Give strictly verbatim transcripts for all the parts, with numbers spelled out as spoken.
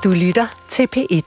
Du lytter til P et.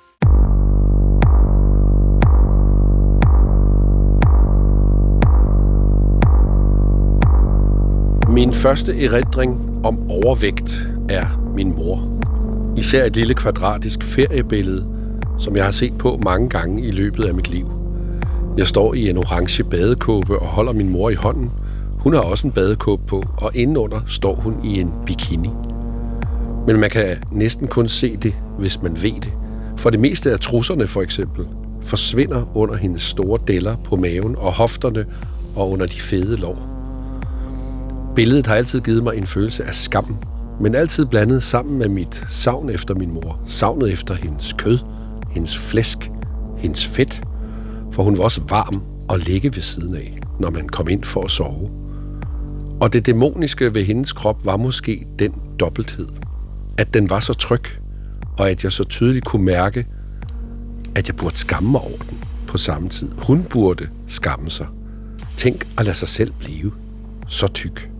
Min første erindring om overvægt er min mor. Især et lille kvadratisk feriebillede, som jeg har set på mange gange i løbet af mit liv. Jeg står i en orange badekåbe og holder min mor i hånden. Hun har også en badekåbe på, og indenunder står hun i en bikini. Men man kan næsten kun se det, hvis man ved det. For det meste af trusserne for eksempel forsvinder under hendes store deller på maven og hofterne og under de fede lår. Billedet har altid givet mig en følelse af skam, men altid blandet sammen med mit savn efter min mor. Savnet efter hendes kød, hendes flæsk, hendes fedt. For hun var også varm at ligge ved siden af, når man kom ind for at sove. Og det dæmoniske ved hendes krop var måske den dobbelthed. At den var så tryg, og at jeg så tydeligt kunne mærke, at jeg burde skamme mig over den på samme tid. Hun burde skamme sig. Tænk at lade sig selv blive så tyk.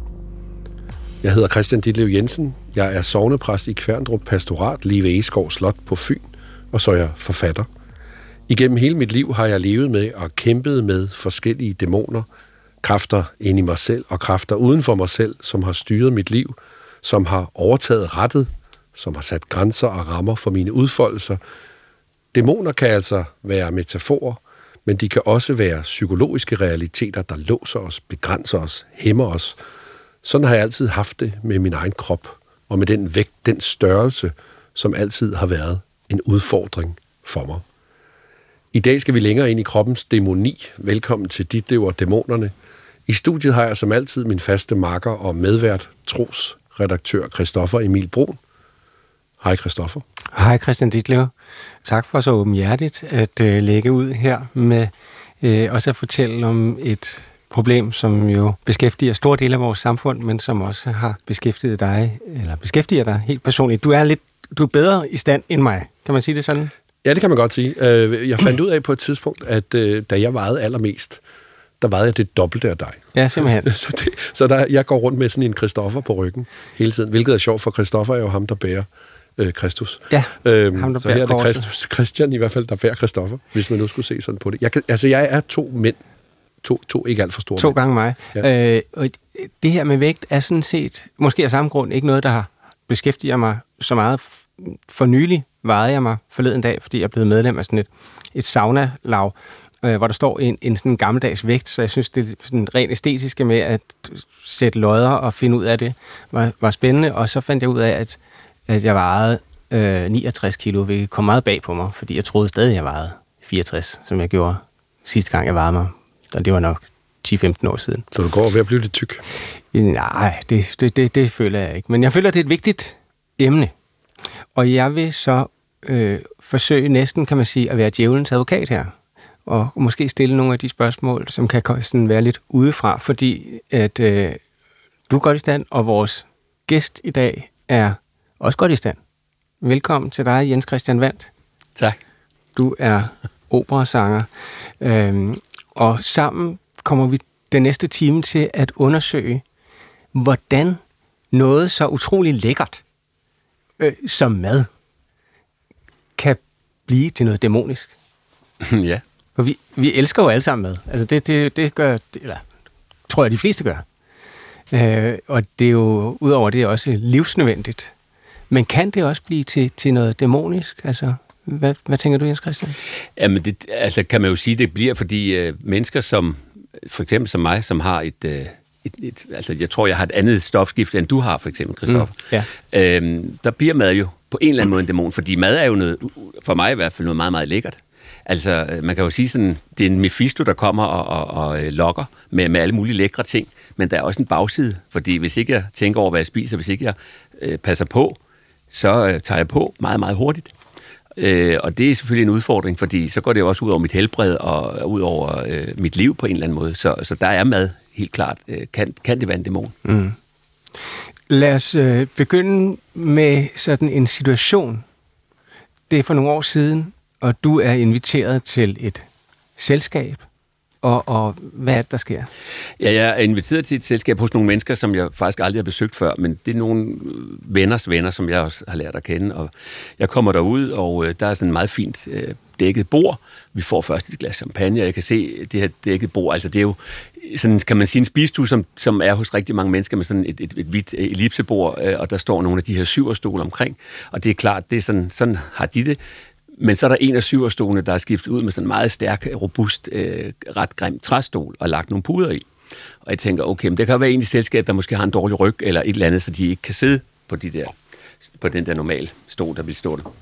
Jeg hedder Christian Ditlev Jensen. Jeg er sognepræst i Kværndrup Pastorat lige ved Egeskov Slot på Fyn, og så er jeg forfatter. Igennem hele mit liv har jeg levet med og kæmpet med forskellige dæmoner, kræfter inde i mig selv og kræfter uden for mig selv, som har styret mit liv, som har overtaget rettet, som har sat grænser og rammer for mine udfoldelser. Dæmoner kan altså være metaforer, men de kan også være psykologiske realiteter, der låser os, begrænser os, hæmmer os. Sådan har jeg altid haft det med min egen krop, og med den vægt, den størrelse, som altid har været en udfordring for mig. I dag skal vi længere ind i kroppens dæmoni. Velkommen til Ditlev og Dæmonerne. I studiet har jeg som altid min faste makker og medvært, trosredaktør Christoffer Emil Brun. Hej Christoffer. Hej Christian Ditlev. Tak for så åbenhjertigt at øh, lægge ud her med øh, også at fortælle om et problem, som jo beskæftiger store dele af vores samfund, men som også har beskæftiget dig, eller beskæftiger dig helt personligt. Du er lidt, du er bedre i stand end mig. Kan man sige det sådan? Ja, det kan man godt sige. Jeg fandt ud af på et tidspunkt, at da jeg vejede allermest, der vejede jeg det dobbelte af dig. Ja, simpelthen. Så, det, så der, jeg går rundt med sådan en Christoffer på ryggen hele tiden, hvilket er sjovt, for Christoffer er jo ham, der bærer øh, Kristus. Ja, øhm, ham, der så bærer her er det korset. Kristus, Christian i hvert fald, der bærer Christoffer, hvis man nu skulle se sådan på det. Jeg kan, altså, jeg er to mænd. To, to ikke alt for store To mænd. gange mig. Ja. Øh, og det her med vægt er sådan set, måske af samme grund, ikke noget, der har beskæftiget mig så meget. For nylig vejede jeg mig forleden dag, fordi jeg er blevet medlem af sådan et, et sauna-lav, øh, hvor der står en, en sådan gammeldags vægt, så jeg synes, det er sådan rent æstetiske med at sætte lodder og finde ud af det, var, var spændende. Og så fandt jeg ud af, at, at jeg vejede øh, niogtres kilo, hvilket kom meget bag på mig, fordi jeg troede stadig, jeg vejede fireogtres, som jeg gjorde sidste gang, jeg vejede mig. Og det var nok ti til femten år siden. Så du går ved at blive lidt tyk? Nej, det, det, det, det føler jeg ikke. Men jeg føler, det er et vigtigt emne. Og jeg vil så øh, forsøge næsten, kan man sige, at være djævelens advokat her. Og måske stille nogle af de spørgsmål, som kan sådan være lidt udefra. Fordi at øh, du er godt i stand, og vores gæst i dag er også godt i stand. Velkommen til dig, Jens Christian Wandt. Tak. Du er operasanger. Øhm, og sammen kommer vi den næste time til at undersøge, hvordan noget så utrolig lækkert øh, som mad kan blive til noget dæmonisk. Ja. For vi, vi elsker jo alle sammen mad. Altså det, det, det gør, eller tror jeg, de fleste gør. Øh, og det er jo, udover det, også livsnødvendigt. Men kan det også blive til, til noget dæmonisk? Altså, hvad, hvad tænker du, Jens Christian? Jamen, det, altså kan man jo sige, det bliver, fordi øh, mennesker som, for eksempel som mig, som har et, øh, et, et, altså jeg tror, jeg har et andet stofskift, end du har, for eksempel, Christoffer. Mm, ja. øhm, der bliver mad jo på en eller anden måde en dæmon, fordi mad er jo noget, for mig i hvert fald, noget meget, meget lækkert. Altså, man kan jo sige sådan, det er en Mephisto, der kommer og, og, og lokker med, med alle mulige lækre ting, men der er også en bagside, fordi hvis ikke jeg tænker over, hvad jeg spiser, hvis ikke jeg øh, passer på, så øh, tager jeg på meget, meget hurtigt. Øh, og det er selvfølgelig en udfordring, fordi så går det jo også ud over mit helbred og ud over øh, mit liv på en eller anden måde. Så, så der er mad helt klart. Øh, kan, kan det være en dæmon? Mm. Lad os øh, begynde med sådan en situation. Det er for nogle år siden, og du er inviteret til et selskab, og, og hvad er det, der sker? Ja, jeg er inviteret til et selskab hos nogle mennesker, som jeg faktisk aldrig har besøgt før, men det er nogle venners venner, som jeg også har lært at kende, og jeg kommer derud, og øh, der er sådan en meget fint øh, dækket bord. Vi får først et glas champagne, og jeg kan se det her dækket bord, altså det er jo sådan, kan man sige, en spisestue, som, som er hos rigtig mange mennesker med sådan et, et, et hvidt ellipsebord, øh, og der står nogle af de her syverstole omkring, og det er klart, det er sådan, sådan har de det. Men så er der en af syverstolene, der er skiftet ud med sådan en meget stærk, robust, øh, ret grim træstol og lagt nogle puder i. Og jeg tænker, okay, men det kan være en i selskab, der måske har en dårlig ryg eller et eller andet, så de ikke kan sidde på, de der, på den der normale stol, der vil stå der.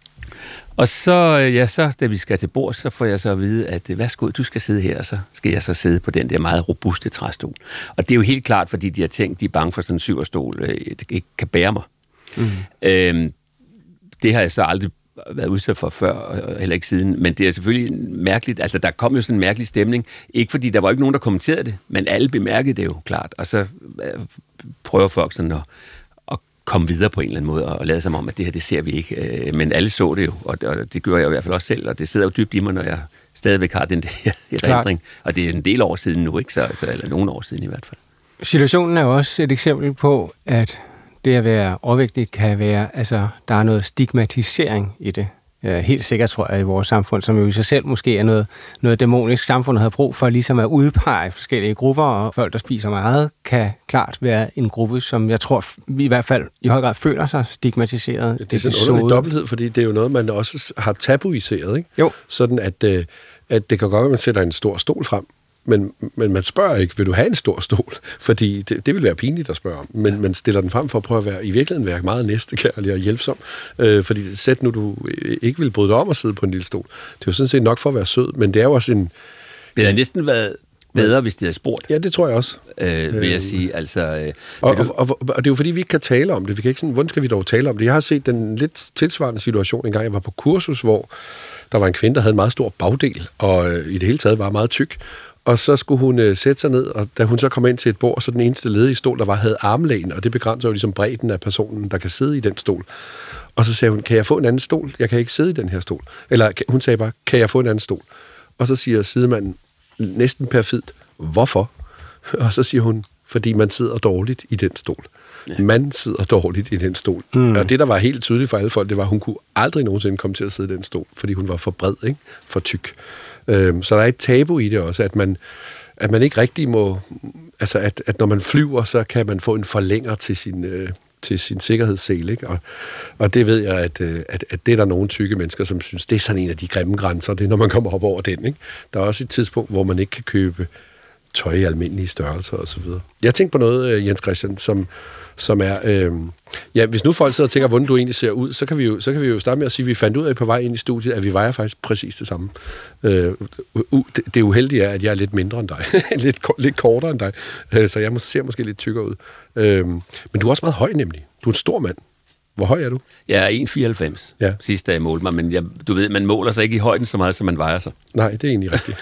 Og så, ja, så da vi skal til bord, så får jeg så at vide, at værsgo, du skal sidde her, og så skal jeg så sidde på den der meget robuste træstol. Og det er jo helt klart, fordi de har tænkt, de er bange for sådan en syverstol, øh, det ikke kan bære mig. Mm. Øhm, det har jeg så aldrig været udsat for før, heller ikke siden, men det er selvfølgelig mærkeligt, altså der kom jo sådan en mærkelig stemning, ikke fordi der var ikke nogen, der kommenterede det, men alle bemærkede det jo klart, og så øh, prøver folk sådan at, at komme videre på en eller anden måde, og lade sig om, at det her, det ser vi ikke, øh, men alle så det jo, og det, og det gør jeg i hvert fald også selv, og det sidder jo dybt i mig, når jeg stadigvæk har den der erindring, og det er en del år siden nu, ikke så, så eller nogle år siden i hvert fald. Situationen er jo også et eksempel på, at det at være overvægtig kan være, altså der er noget stigmatisering i det. Helt sikkert, tror jeg, i vores samfund, som jo i sig selv måske er noget, noget dæmonisk. Samfundet har brug for ligesom at udpege forskellige grupper, og folk, der spiser meget, kan klart være en gruppe, som jeg tror, vi i hvert fald i høj grad føler sig stigmatiseret. Ja, det er sådan en underlig dobbelthed, fordi det er jo noget, man også har tabuiseret, ikke? Jo. Sådan at, at det kan godt være, at man sætter en stor stol frem, Men, men man spørger ikke, vil du have en stor stol? Fordi det, det vil være pinligt at spørge om. Men man stiller den frem for at prøve at være, i virkeligheden være meget næstekærlig og hjælpsom. Øh, fordi sæt nu, du ikke vil bryde dig om at sidde på en lille stol. Det er jo sådan set nok for at være sød, men det er jo også en... Det havde næsten været bedre, hvis de havde spurgt. Ja, det tror jeg også. Øh, vil jeg sige. Altså, øh, og, og, og, og det er jo fordi, vi ikke kan tale om det. Vi kan ikke sådan, hvordan skal vi dog tale om det? Jeg har set den lidt tilsvarende situation en gang. Jeg var på kursus, hvor der var en kvinde, der havde en meget stor bagdel, og øh, i det hele taget var meget tyk. Og så skulle hun øh, sætte sig ned, og da hun så kom ind til et bord, så den eneste ledige stol, der var, havde armlæn, og det begrænser jo ligesom bredden af personen, der kan sidde i den stol. Og så sagde hun, kan jeg få en anden stol? Jeg kan ikke sidde i den her stol. Eller hun sagde bare, kan jeg få en anden stol? Og så siger sidemanden næsten perfidt, hvorfor? Og så siger hun, fordi man sidder dårligt i den stol. Ja. Man sidder dårligt i den stol. Mm. Og det, der var helt tydeligt for alle folk, det var, at hun kunne aldrig nogensinde komme til at sidde i den stol, fordi hun var for bred, ikke? For tyk. Øhm, så der er et tabu i det også, at man, at man ikke rigtig må... Altså, at, at når man flyver, så kan man få en forlænger til sin, øh, til sin sikkerhedssel, ikke? Og, og det ved jeg, at, at, at det er der nogle tykke mennesker, som synes, det er sådan en af de grimme grænser, det er, når man kommer op over den, ikke? Der er også et tidspunkt, hvor man ikke kan købe tøj i almindelige størrelser og så videre. Jeg tænker på noget, Jens Christian, som, som er... Øh, ja, hvis nu folk sidder og tænker, hvordan du egentlig ser ud, så kan vi jo, så kan vi jo starte med at sige, at vi fandt ud af på vej ind i studiet, at vi vejer faktisk præcis det samme. Øh, uh, det, det uheldige er, at jeg er lidt mindre end dig. lidt, lidt kortere end dig. Øh, så jeg ser måske lidt tykkere ud. Øh, men du er også meget høj, nemlig. Du er en stor mand. Hvor høj er du? Jeg er en komma fireoghalvfems, ja. Sidst da jeg målte mig, men jeg, du ved, man måler sig ikke i højden så meget, som man vejer sig. Nej, det er egentlig rigtigt.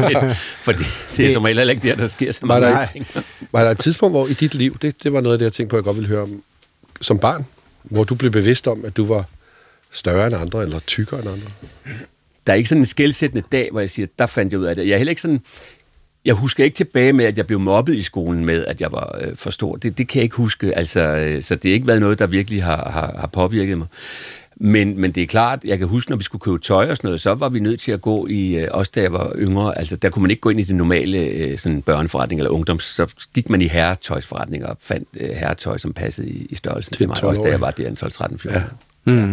Fordi det er som heller ikke der, der sker så meget. Var der, ting. Var der et tidspunkt, hvor i dit liv, det, det var noget af det, jeg tænkte på, jeg godt ville høre om, som barn, hvor du blev bevidst om, at du var større end andre, eller tykkere end andre? Der er ikke sådan en skelsættende dag, hvor jeg siger, der fandt jeg ud af det. Jeg er heller ikke sådan... Jeg husker ikke tilbage med, at jeg blev mobbet i skolen med, at jeg var øh, for stor. Det, det kan jeg ikke huske. Altså, øh, så det har ikke været noget, der virkelig har, har, har påvirket mig. Men, men det er klart, jeg kan huske, når vi skulle købe tøj og sådan noget, så var vi nødt til at gå i, øh, også da jeg var yngre, altså der kunne man ikke gå ind i den normale øh, sådan børneforretning eller ungdoms, så gik man i herretøjsforretninger og fandt øh, herretøj, som passede i, i størrelsen til mig, også da jeg var der tolv, tretten, fjorten. Ja. Mm.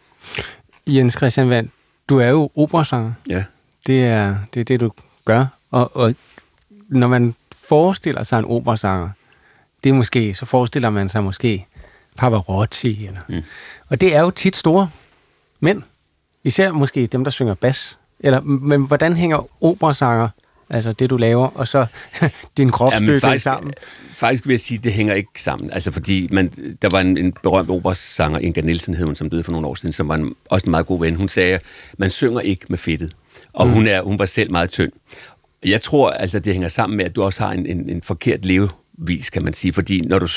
Jens Christian Wandt, du er jo operasanger. Ja. Det er det, er det du gør, og, og når man forestiller sig en operasanger, det er måske, så forestiller man sig måske Pavarotti. Eller. Mm. Og det er jo tit store mænd. Især måske dem, der synger bas. Eller, men hvordan hænger operasanger, altså det du laver, og så din kropsstyrke ja, sammen? Faktisk vil jeg sige, at det hænger ikke sammen. Altså fordi man, der var en, en berømt operasanger, Inga Nielsen hed hun, som døde for nogle år siden, som var en, også en meget god ven. Hun sagde, man synger ikke med fedtet. Og mm. hun, er, hun var selv meget tynd. Jeg tror, altså, det hænger sammen med, at du også har en, en, en forkert levevis, kan man sige. Fordi når du synger,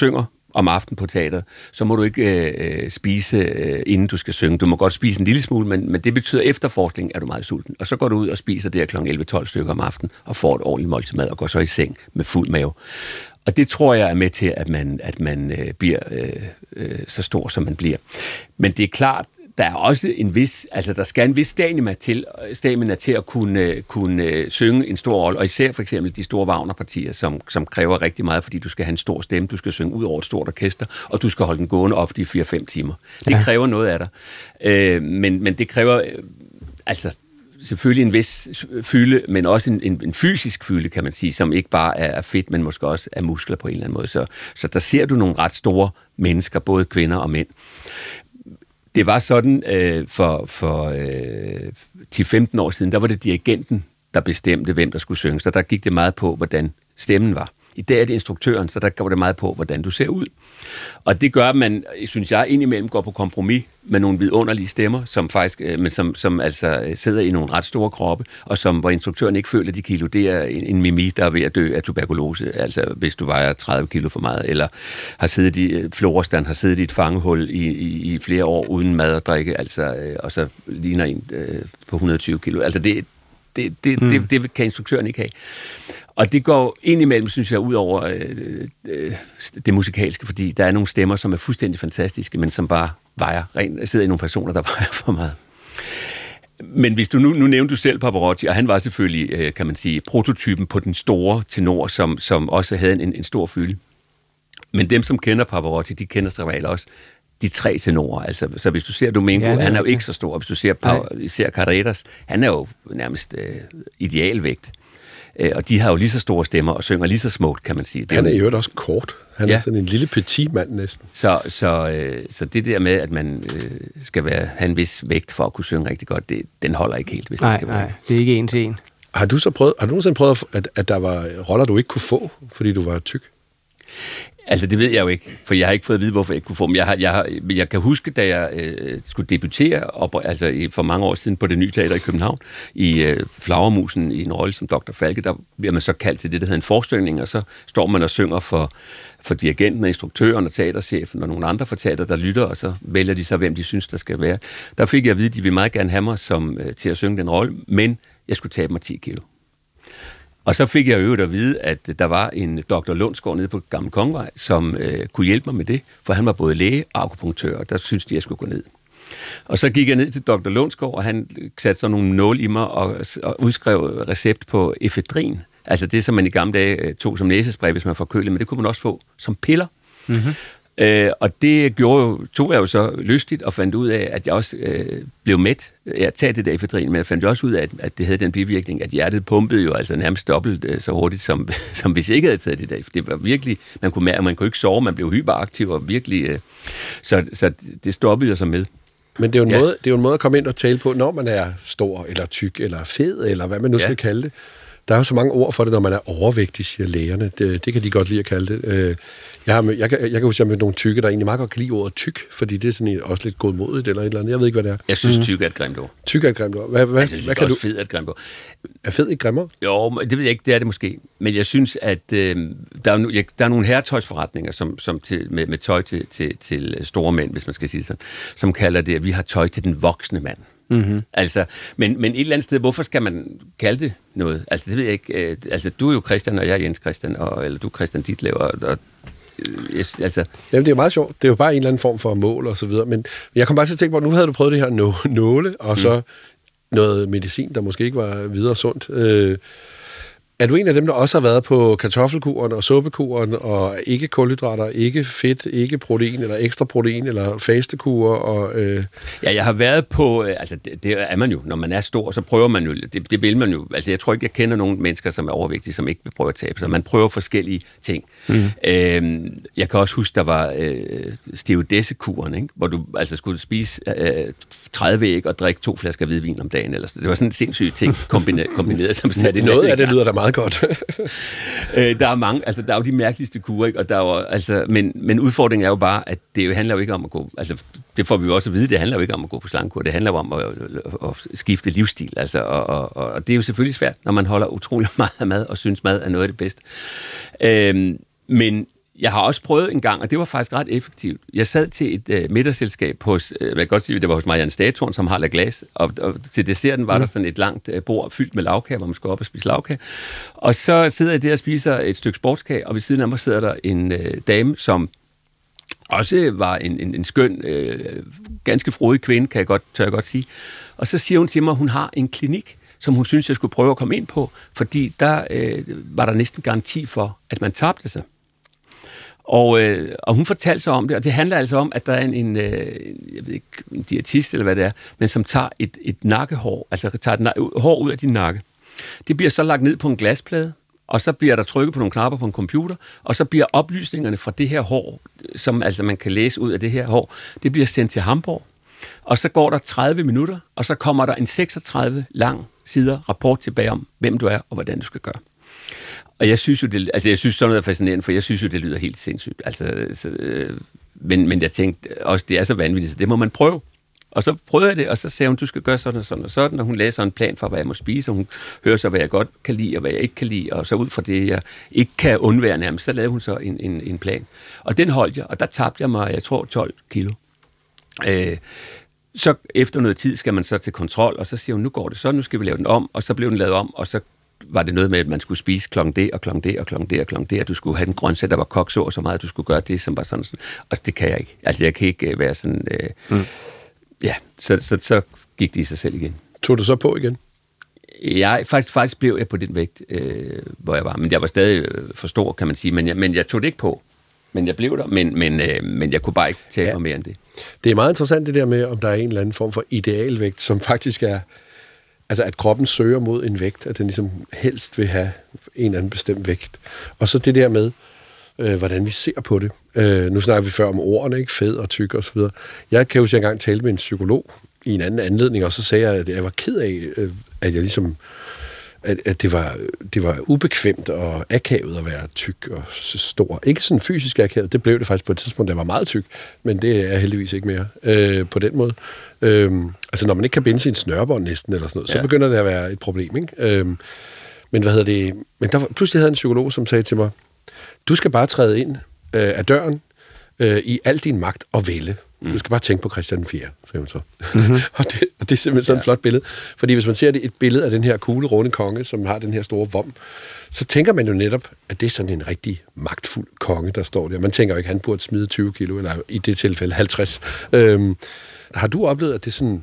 om aftenen på teateret, så må du ikke øh, spise, øh, inden du skal synge. Du må godt spise en lille smule, men, men det betyder efterforskning, er du meget sulten. Og så går du ud og spiser der klokken elleve tolv stykker om aftenen, og får et ordentligt måltid mad, og går så i seng med fuld mave. Og det tror jeg er med til, at man, at man øh, bliver øh, øh, så stor, som man bliver. Men det er klart, der er også en vis, altså der skal en vis stamina til, stamina til at kunne, kunne synge en stor rolle, og især for eksempel de store Wagner-partier, som, som kræver rigtig meget, fordi du skal have en stor stemme, du skal synge ud over et stort orkester, og du skal holde den gående ofte i fire fem timer. Det ja. kræver noget af dig. Øh, men, men det kræver, øh, altså selvfølgelig en vis fylde, men også en, en, en fysisk fylde, kan man sige, som ikke bare er fedt, men måske også er muskler på en eller anden måde. Så, så der ser du nogle ret store mennesker, både kvinder og mænd. Det var sådan øh, for, for øh, ti til femten år siden, der var det dirigenten, der bestemte, hvem der skulle synge. Så der gik det meget på, hvordan stemmen var. I dag er det instruktøren, så der går det meget på, hvordan du ser ud. Og det gør, at man, synes jeg, indimellem går på kompromis med nogle vidunderlige stemmer, som faktisk, men som, som altså sidder i nogle ret store kroppe, og som, hvor instruktøren ikke føler, at de kan illudere en, en mimi, der er ved at dø af tuberkulose, altså hvis du vejer tredive kilo for meget, eller har siddet i Florestan, har siddet i et fangehul i, i, i flere år uden mad og drikke, altså, og så ligner en øh, på hundrede og tyve kilo. Altså det, det, det, mm. det, det kan instruktøren ikke have. Og det går indimellem, synes jeg, ud over øh, øh, det musikalske, fordi der er nogle stemmer, som er fuldstændig fantastiske, men som bare vejer, rent, sidder i nogle personer, der vejer for meget. Men hvis du nu, nu nævnte du selv Pavarotti, og han var selvfølgelig, øh, kan man sige, prototypen på den store tenor, som, som også havde en, en stor fylde. Men dem, som kender Pavarotti, de kender sig vel også de tre tenorer. Altså, så hvis du ser Domingo, ja, han er jo ikke så stor. Hvis du ser, Pau, ser Carreras, han er jo nærmest øh, idealvægt. Og de har jo lige så store stemmer og synger lige så smukt, kan man sige. Det han er jo også kort. Han ja. er sådan en lille petit mand næsten. Så, så, øh, så det der med, at man øh, skal være, have en vis vægt for at kunne synge rigtig godt, det, den holder ikke helt, hvis nej, det skal være. Nej, det er ikke en til en. Har du så prøvet, har du nogensinde prøvet, at, at der var roller, du ikke kunne få, fordi du var tyk? Altså, det ved jeg jo ikke, for jeg har ikke fået at vide, hvorfor jeg ikke kunne få dem. Jeg, har, jeg, har, jeg kan huske, da jeg øh, skulle debutere op, altså, i, for mange år siden på Det Nye Teater i København, i øh, Flagermusen i en rolle som doktor Falke, der bliver man så kaldt til det, der hedder en forestilling, og så står man og synger for, for dirigenten og instruktøren og teaterchefen og nogle andre for teater, der lytter, og så vælger de så, hvem de synes, der skal være. Der fik jeg at vide, at de ville meget gerne have mig som, øh, til at synge den rolle, men jeg skulle tabe mig ti kilo. Og så fik jeg øvrigt at vide, at der var en doktor Lundsgaard nede på Gamle Kongevej, som øh, kunne hjælpe mig med det, for han var både læge og akupunktør, og der syntes de, at jeg skulle gå ned. Og så gik jeg ned til doktor Lundsgaard, og han satte så nogle nåle i mig og, og udskrev recept på efedrin. Altså det, som man i gamle dage tog som næsespray, hvis man får kølet, men det kunne man også få som piller. Mm-hmm. Øh, og det gjorde jo, tog jeg jo så lystigt og fandt ud af, at jeg også øh, blev mæt. Jeg tager det der efedrin, men jeg fandt også ud af, at, at det havde den bivirkning, at hjertet pumpede jo altså nærmest dobbelt øh, så hurtigt, som, som hvis jeg ikke havde taget det der. Det var virkelig, man kunne mærke, man kunne ikke sove, man blev hyperaktiv og virkelig, øh, så, så det stoppede jeg så med. Men det er, jo en ja. måde, det er jo en måde at komme ind og tale på, når man er stor eller tyk eller fed, eller hvad man nu ja. skal kalde det. Der er jo så mange ord for det, når man er overvægtig, siger lægerne. Det, det kan de godt lide at kalde det. Jeg, har, jeg, kan, jeg kan huske, at jeg med nogle tykke, der egentlig meget godt kan lide ordet tyk, fordi det er sådan også lidt godmodigt eller et eller andet. Jeg ved ikke, hvad det er. Jeg synes, mm. tyk er et grimt ord. Tyk er et grimt ord. Hvad, hvad, jeg synes, hvad kan du... fed er et grimt ord. Er fed ikke grimmere? Jo, det ved jeg ikke, det er det måske. Men jeg synes, at øh, der, er, jeg, der er nogle herretøjsforretninger, som, som til, med, med tøj til, til, til store mænd, hvis man skal sige sådan, som kalder det, at vi har tøj til den voksne mand. Mm-hmm. Altså, men, men et eller andet sted, hvorfor skal man kalde det noget? Altså, det ved jeg ikke. Altså, du er jo Christian, og jeg er Jens Christian, og, eller du er Christian Ditlev, og, og yes, altså... Jamen, det er meget sjovt. Det er jo bare en eller anden form for mål, og så videre. Men jeg kom bare til at tænke på, at nu havde du prøvet det her nåle, og så mm. noget medicin, der måske ikke var videre sundt. Øh, Er du en af dem, der også har været på kartoffelkuren og suppekuren, og ikke kulhydrater, ikke fedt, ikke protein, eller ekstra protein, eller fastekur? Og, øh... Ja, jeg har været på, altså det, det er man jo, når man er stor, så prøver man jo, det, det vil man jo, altså jeg tror ikke, jeg kender nogen mennesker, som er overvægtige, som ikke vil prøve at tabe sig. Man prøver forskellige ting. Mm. Øh, jeg kan også huske, der var øh, stewardessekuren, ikke? Hvor du altså skulle spise øh, tredive æg og drikke to flasker hvidvin om dagen. Eller så. Det var sådan en sindssyg ting kombineret, kombineret som satte noget af det lyder da meget godt. øh, der er mange, altså der er jo de mærkeligste kurer, ikke? Og der er jo, altså, men, men udfordringen er jo bare, at det jo handler jo ikke om at gå, altså det får vi jo også at vide, det handler jo ikke om at gå på slankekur, det handler jo om at, at, at skifte livsstil, altså, og, og, og det er jo selvfølgelig svært, når man holder utrolig meget af mad, og synes mad er noget af det bedste. Øh, men jeg har også prøvet en gang, og det var faktisk ret effektivt. Jeg sad til et øh, middagsselskab hos, øh, jeg kan godt sige, det var hos Marianne Stathorn, som har La Glace, og, og til desserten var mm. der sådan et langt øh, bord fyldt med lavkage, hvor man skulle op og spise lavkage. Og så sidder jeg der og spiser et stykke sportskage, og ved siden af mig sidder der en øh, dame, som også var en, en, en skøn, øh, ganske frodig kvinde, kan jeg godt, tør jeg godt sige. Og så siger hun til mig, at hun har en klinik, som hun synes, jeg skulle prøve at komme ind på, fordi der øh, var der næsten garanti for, at man tabte sig. Og, øh, og hun fortalte sig om det, og det handler altså om, at der er en, en, øh, jeg ved ikke, en diætist eller hvad det er, men som tager et, et nakkehår, altså tager et na- hår ud af din nakke. Det bliver så lagt ned på en glasplade, og så bliver der trykket på nogle knapper på en computer, og så bliver oplysningerne fra det her hår, som altså man kan læse ud af det her hår, det bliver sendt til Hamburg. Og så går der tredive minutter, og så kommer der en seksogtredive lang sider rapport tilbage om, hvem du er og hvordan du skal gøre. Og jeg synes jo, det, altså jeg synes sådan noget er fascinerende, for jeg synes jo, det lyder helt sindssygt. Altså, så, øh, men, men jeg tænkte også, det er så vanvittigt, så det må man prøve. Og så prøvede jeg det, og så sagde hun, du skal gøre sådan og sådan og sådan, og hun lagde så en plan for, hvad jeg må spise, og hun hører så, hvad jeg godt kan lide, og hvad jeg ikke kan lide, og så ud fra det, jeg ikke kan undvære nærmest, så lavede hun så en, en, en plan. Og den holdt jeg, og der tabte jeg mig, jeg tror, tolv kilo. Øh, så efter noget tid skal man så til kontrol, og så siger hun, nu går det så, nu skal vi lave den om, og så blev den lavet om, og så var det noget med, at man skulle spise klokken det, og klokken det, og klokken det, og klokken det, og du skulle have en grøntsag, der var kogt så og så meget, at du skulle gøre det, som var sådan sådan. Og det kan jeg ikke. Altså, jeg kan ikke være sådan... Øh, mm. Ja, så, så, så gik det i sig selv igen. Tog du så på igen? Jeg, faktisk, faktisk blev jeg på den vægt, øh, hvor jeg var. Men jeg var stadig for stor, kan man sige. Men jeg, men jeg tog det ikke på. Men jeg blev der, men, men, øh, men jeg kunne bare ikke tage ja. mig mere end det. Det er meget interessant det der med, om der er en eller anden form for idealvægt, som faktisk er... Altså, at kroppen søger mod en vægt, at den ligesom helst vil have en eller anden bestemt vægt. Og så det der med, øh, hvordan vi ser på det. Øh, nu snakker vi før om ordene, ikke? Fed og tyk og så videre. Jeg kan jo sige, at jeg engang talte med en psykolog i en anden anledning, og så sagde jeg, at jeg var ked af, øh, at jeg ligesom... At, at det, var, det var ubekvemt og akavet at være tyk og stor. Ikke sådan fysisk akavet, det blev det faktisk på et tidspunkt, da jeg var meget tyk, men det er heldigvis ikke mere øh, på den måde. Øh, altså når man ikke kan binde sin snørebånd næsten, eller sådan noget, ja. så begynder det at være et problem. Ikke? Øh, men hvad hedder det? Men der pludselig havde en psykolog, som sagde til mig, du skal bare træde ind øh, af døren øh, i al din magt og vælge. Du skal bare tænke på Christian den fjerde, sagde hun så. Mm-hmm. og, det, og det er simpelthen sådan et ja. flot billede. Fordi hvis man ser det, et billede af den her kugle, runde konge, som har den her store vom, så tænker man jo netop, at det er sådan en rigtig magtfuld konge, der står der. Man tænker jo ikke, at han burde smide tyve kilo, eller i det tilfælde halvtreds. Øhm, har du oplevet, at det sådan,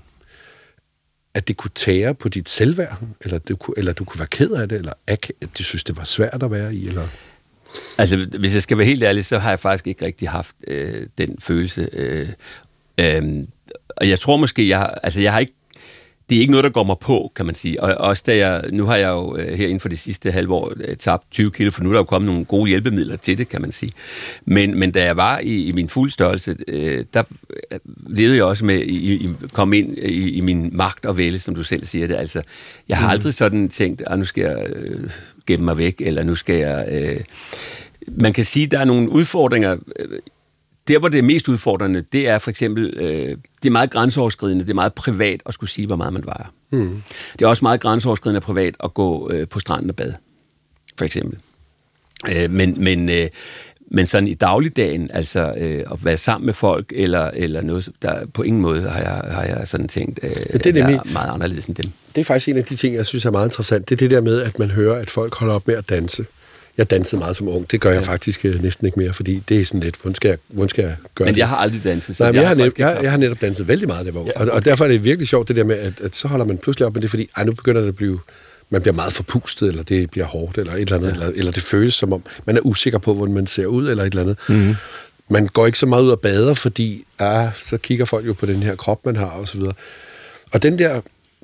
at det kunne tære på dit selvværd, eller, det kunne, eller du kunne være ked af det, eller at du synes, det var svært at være i, eller... Altså, hvis jeg skal være helt ærlig, så har jeg faktisk ikke rigtig haft øh, den følelse. Øh, øh, og jeg tror måske, jeg har, altså jeg har ikke, det er ikke noget, der går mig på, kan man sige. Og også da jeg, nu har jeg jo øh, her inden for de sidste halve år øh, tabt tyve kilo, for nu er der jo kommet nogle gode hjælpemidler til det, kan man sige. Men, men da jeg var i, i min fulde størrelse, øh, der levede jeg også med at komme ind i, i min magt og vælge, som du selv siger det. Altså, jeg har mm. aldrig sådan tænkt, at nu skal jeg... Øh, gemme mig væk, eller nu skal jeg... Øh... Man kan sige, at der er nogle udfordringer. Der, hvor det er mest udfordrende, det er for eksempel... Øh, det er meget grænseoverskridende, det er meget privat at skulle sige, hvor meget man vejer. Mm. Det er også meget grænseoverskridende privat at gå øh, på stranden og bade, for eksempel. Øh, men, men, øh, men sådan i dagligdagen, altså øh, at være sammen med folk, eller, eller noget, der på ingen måde har jeg, har jeg sådan tænkt, øh, ja, det er, nemlig, er meget anderledes end dem. Det er faktisk en af de ting, jeg synes er meget interessant. Det er det der med, at man hører, at folk holder op med at danse. Jeg dansede meget som ung. Det gør jeg ja. faktisk øh, næsten ikke mere, fordi det er sådan lidt, hvordan skal jeg, hvordan skal jeg gøre Men det? jeg har aldrig danset. Nej, men jeg, jeg, har netop, jeg, jeg har netop danset vældig meget, det var. Ja, okay. og, og derfor er det virkelig sjovt, det der med, at, at så holder man pludselig op med det, fordi ej, nu begynder det at blive... Man bliver meget forpustet, eller det bliver hårdt, eller et eller andet, ja. eller, eller det føles som om, man er usikker på, hvordan man ser ud, eller et eller andet. Mm-hmm. Man går ikke så meget ud og bader, fordi ah, så kigger folk jo på den her krop, man har, og så videre. Og den der...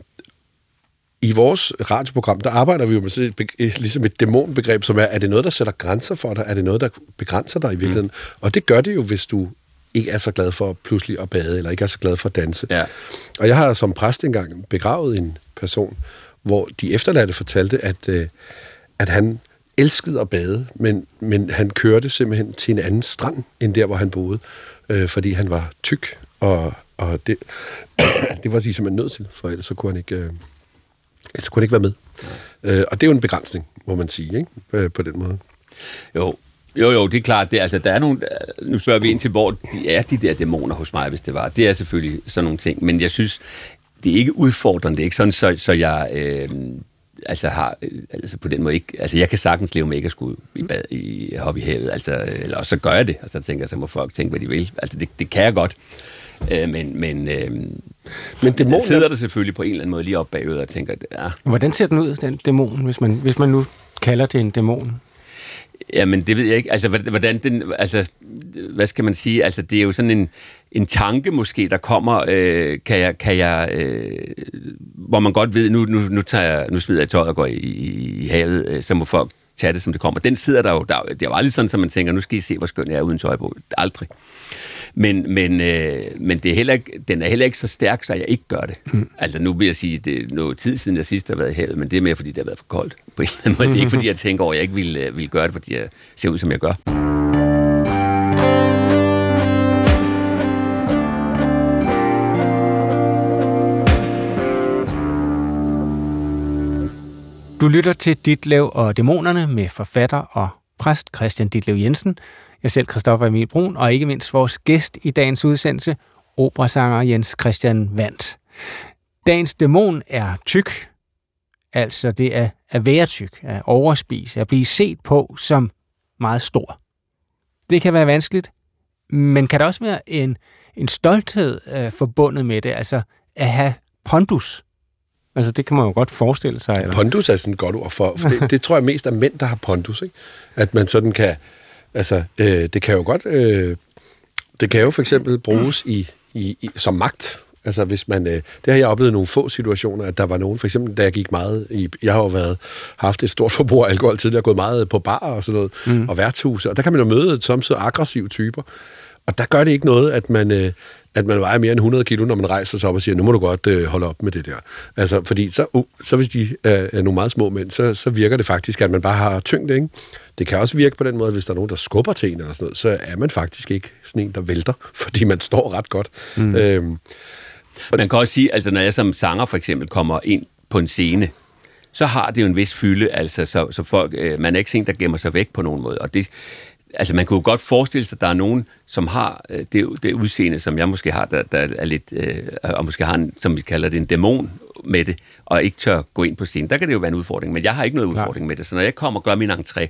I vores radioprogram, der arbejder vi jo med et, ligesom et dæmonbegreb, som er, er det noget, der sætter grænser for dig? Er det noget, der begrænser dig i virkeligheden? Mm. Og det gør det jo, hvis du ikke er så glad for pludselig at bade, eller ikke er så glad for at danse. Ja. Og jeg har som præst engang begravet en person, hvor de efterladte fortalte, at, øh, at han elskede at bade, men, men han kørte simpelthen til en anden strand, end der, hvor han boede, øh, fordi han var tyk, og, og det, det var de simpelthen nødt til, for ellers så kunne han ikke, øh, ellers kunne han ikke være med. Øh, og det er jo en begrænsning, må man sige, ikke? Øh, på den måde. Jo, Jo, jo, det er klart. Det, altså, der er nogle, nu spørger vi ind til, hvor de er, de der dæmoner hos mig, hvis det var. Det er selvfølgelig sådan nogle ting, men jeg synes, det er ikke udfordrende. Det er ikke sådan, så, så jeg øh, altså har, altså på den måde ikke, altså jeg kan sagtens leve med ikke at skulle i bad, i hoppe i havet, altså, eller så gør jeg det, og så tænker jeg, så må folk tænke, hvad de vil. Altså det, det kan jeg godt. Øh, men men, øh, men dæmonen sidder der selvfølgelig på en eller anden måde lige op bagud og tænker, ja. Hvordan ser den ud, den dæmon, hvis man, hvis man nu kalder det en dæmon? Jamen, det ved jeg ikke. Altså, hvordan den, altså, hvad skal man sige? Altså, det er jo sådan en, en tanke måske, der kommer, øh, kan jeg, kan jeg øh, hvor man godt ved, nu, nu, nu, tager jeg, nu smider jeg tøjet og går i, i, i havet, øh, så må folk tage det, som det kommer. Den sidder der jo, der, det er jo aldrig sådan, at man tænker, nu skal I se, hvor skøn jeg er uden tøj på. Aldrig. Men, men, øh, men det er heller ikke, den er heller ikke så stærk, så jeg ikke gør det. Mm. Altså nu vil jeg sige, det er noget tid siden, jeg sidst har været i havet, men det er mere, fordi det har været for koldt. På en eller anden måde. Det er ikke, fordi jeg tænker over, at jeg ikke vil, vil gøre det, fordi jeg ser ud, som jeg gør. Du lytter til Ditlev og Dæmonerne med forfatter og præst Christian Ditlev Jensen, jeg selv Christoffer Emil Bruun, og ikke mindst vores gæst i dagens udsendelse, operasanger Jens Christian Wandt. Dagens dæmon er tyk, altså det er at være tyk, at overspise, at blive set på som meget stor. Det kan være vanskeligt, men kan der også være en, en stolthed øh, forbundet med det, altså at have pondus? Altså, det kan man jo godt forestille sig. Eller? Pondus er sådan et godt ord for, for det, det tror jeg mest er mænd, der har pondus, ikke? At man sådan kan, altså, øh, det kan jo godt, øh, det kan jo for eksempel bruges i, i, i, som magt. Altså, hvis man, øh, det har jeg oplevet i nogle få situationer, at der var nogen, for eksempel, da jeg gik meget i, jeg har jo været, haft et stort forbrug af alkohol tidligere, gået meget på bar og sådan noget, mm. og værtshuse, og der kan man jo møde samtidig aggressive typer, og der gør det ikke noget, at man, øh, at man vejer mere end hundrede kilo, når man rejser sig op og siger, nu må du godt øh, holde op med det der. Altså, fordi så, uh, så hvis de er, er nogle meget små mænd, så, så virker det faktisk, at man bare har tyngde, ikke? Det kan også virke på den måde, at hvis der er nogen, der skubber til en eller sådan noget, så er man faktisk ikke sådan en, der vælter, fordi man står ret godt. Mm. Øhm, man kan også sige, altså når jeg som sanger for eksempel kommer ind på en scene, så har det jo en vis fylde, altså så, så folk, øh, man er ikke sådan, der gemmer sig væk på nogen måde, og det altså, man kunne jo godt forestille sig, at der er nogen, som har øh, det, det udseende, som jeg måske har, der, der er lidt, øh, og måske har en, som vi kalder det, en dæmon med det, og ikke tør gå ind på scenen. Der kan det jo være en udfordring, men jeg har ikke noget udfordring med det. Så når jeg kommer og gør min entré,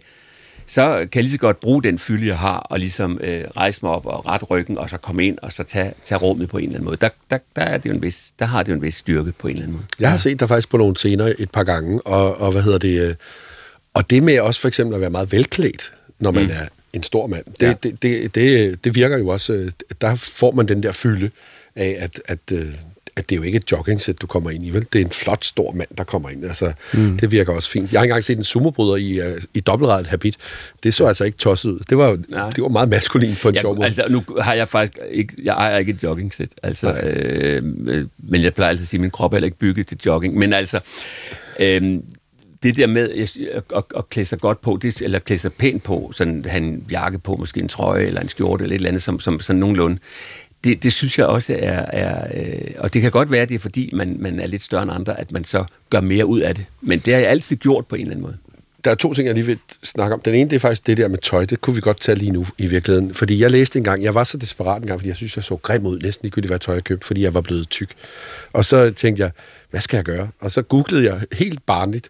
så kan jeg lige så godt bruge den fylde, jeg har, og ligesom øh, rejse mig op og ret ryggen, og så komme ind, og så tage, tage rummet på en eller anden måde. Der, der, der, er det jo en vis, der har det jo en vis styrke på en eller anden måde. Jeg har set dig faktisk på nogle scener et par gange, og, og hvad hedder det, øh, og det med også for eksempel at være meget velklædt, når man mm. er en stor mand. Det, ja. det, det, det, det virker jo også, der får man den der fylde af, at, at, at det er jo ikke et joggingsæt, du kommer ind i, vel? Det er en flot, stor mand, der kommer ind. Altså, mm. det virker også fint. Jeg har engang set en sumobryder i, i dobbeltradet habit. Det så altså ikke tosset ud. Det var, det var meget maskulin på en ja, sjov måde. Altså, nu har jeg faktisk ikke, jeg ejer ikke et joggingsæt. Altså, øh, men jeg plejer altså at sige, at min krop er heller ikke bygget til jogging. Men altså, øh, det der med at, at, at klæde sig godt på, det, eller klæde sig pænt på, sådan have en jakke på, måske en trøje eller en skjorte eller et eller andet, som, som sådan nogenlunde, det, det synes jeg også er, er øh, og det kan godt være, det er fordi, man, man er lidt større end andre, at man så gør mere ud af det. Men det har jeg altid gjort på en eller anden måde. Der er to ting, jeg lige vil snakke om. Den ene, det er faktisk det der med tøj. Det kunne vi godt tage lige nu i virkeligheden. Fordi jeg læste engang, jeg var så desperat engang, fordi jeg synes, jeg så grim ud, næsten ligegyldigt hvad tøj jeg købte, fordi jeg var blevet tyk. Og så tænkte jeg, hvad skal jeg gøre? Og så googlede jeg helt barnligt,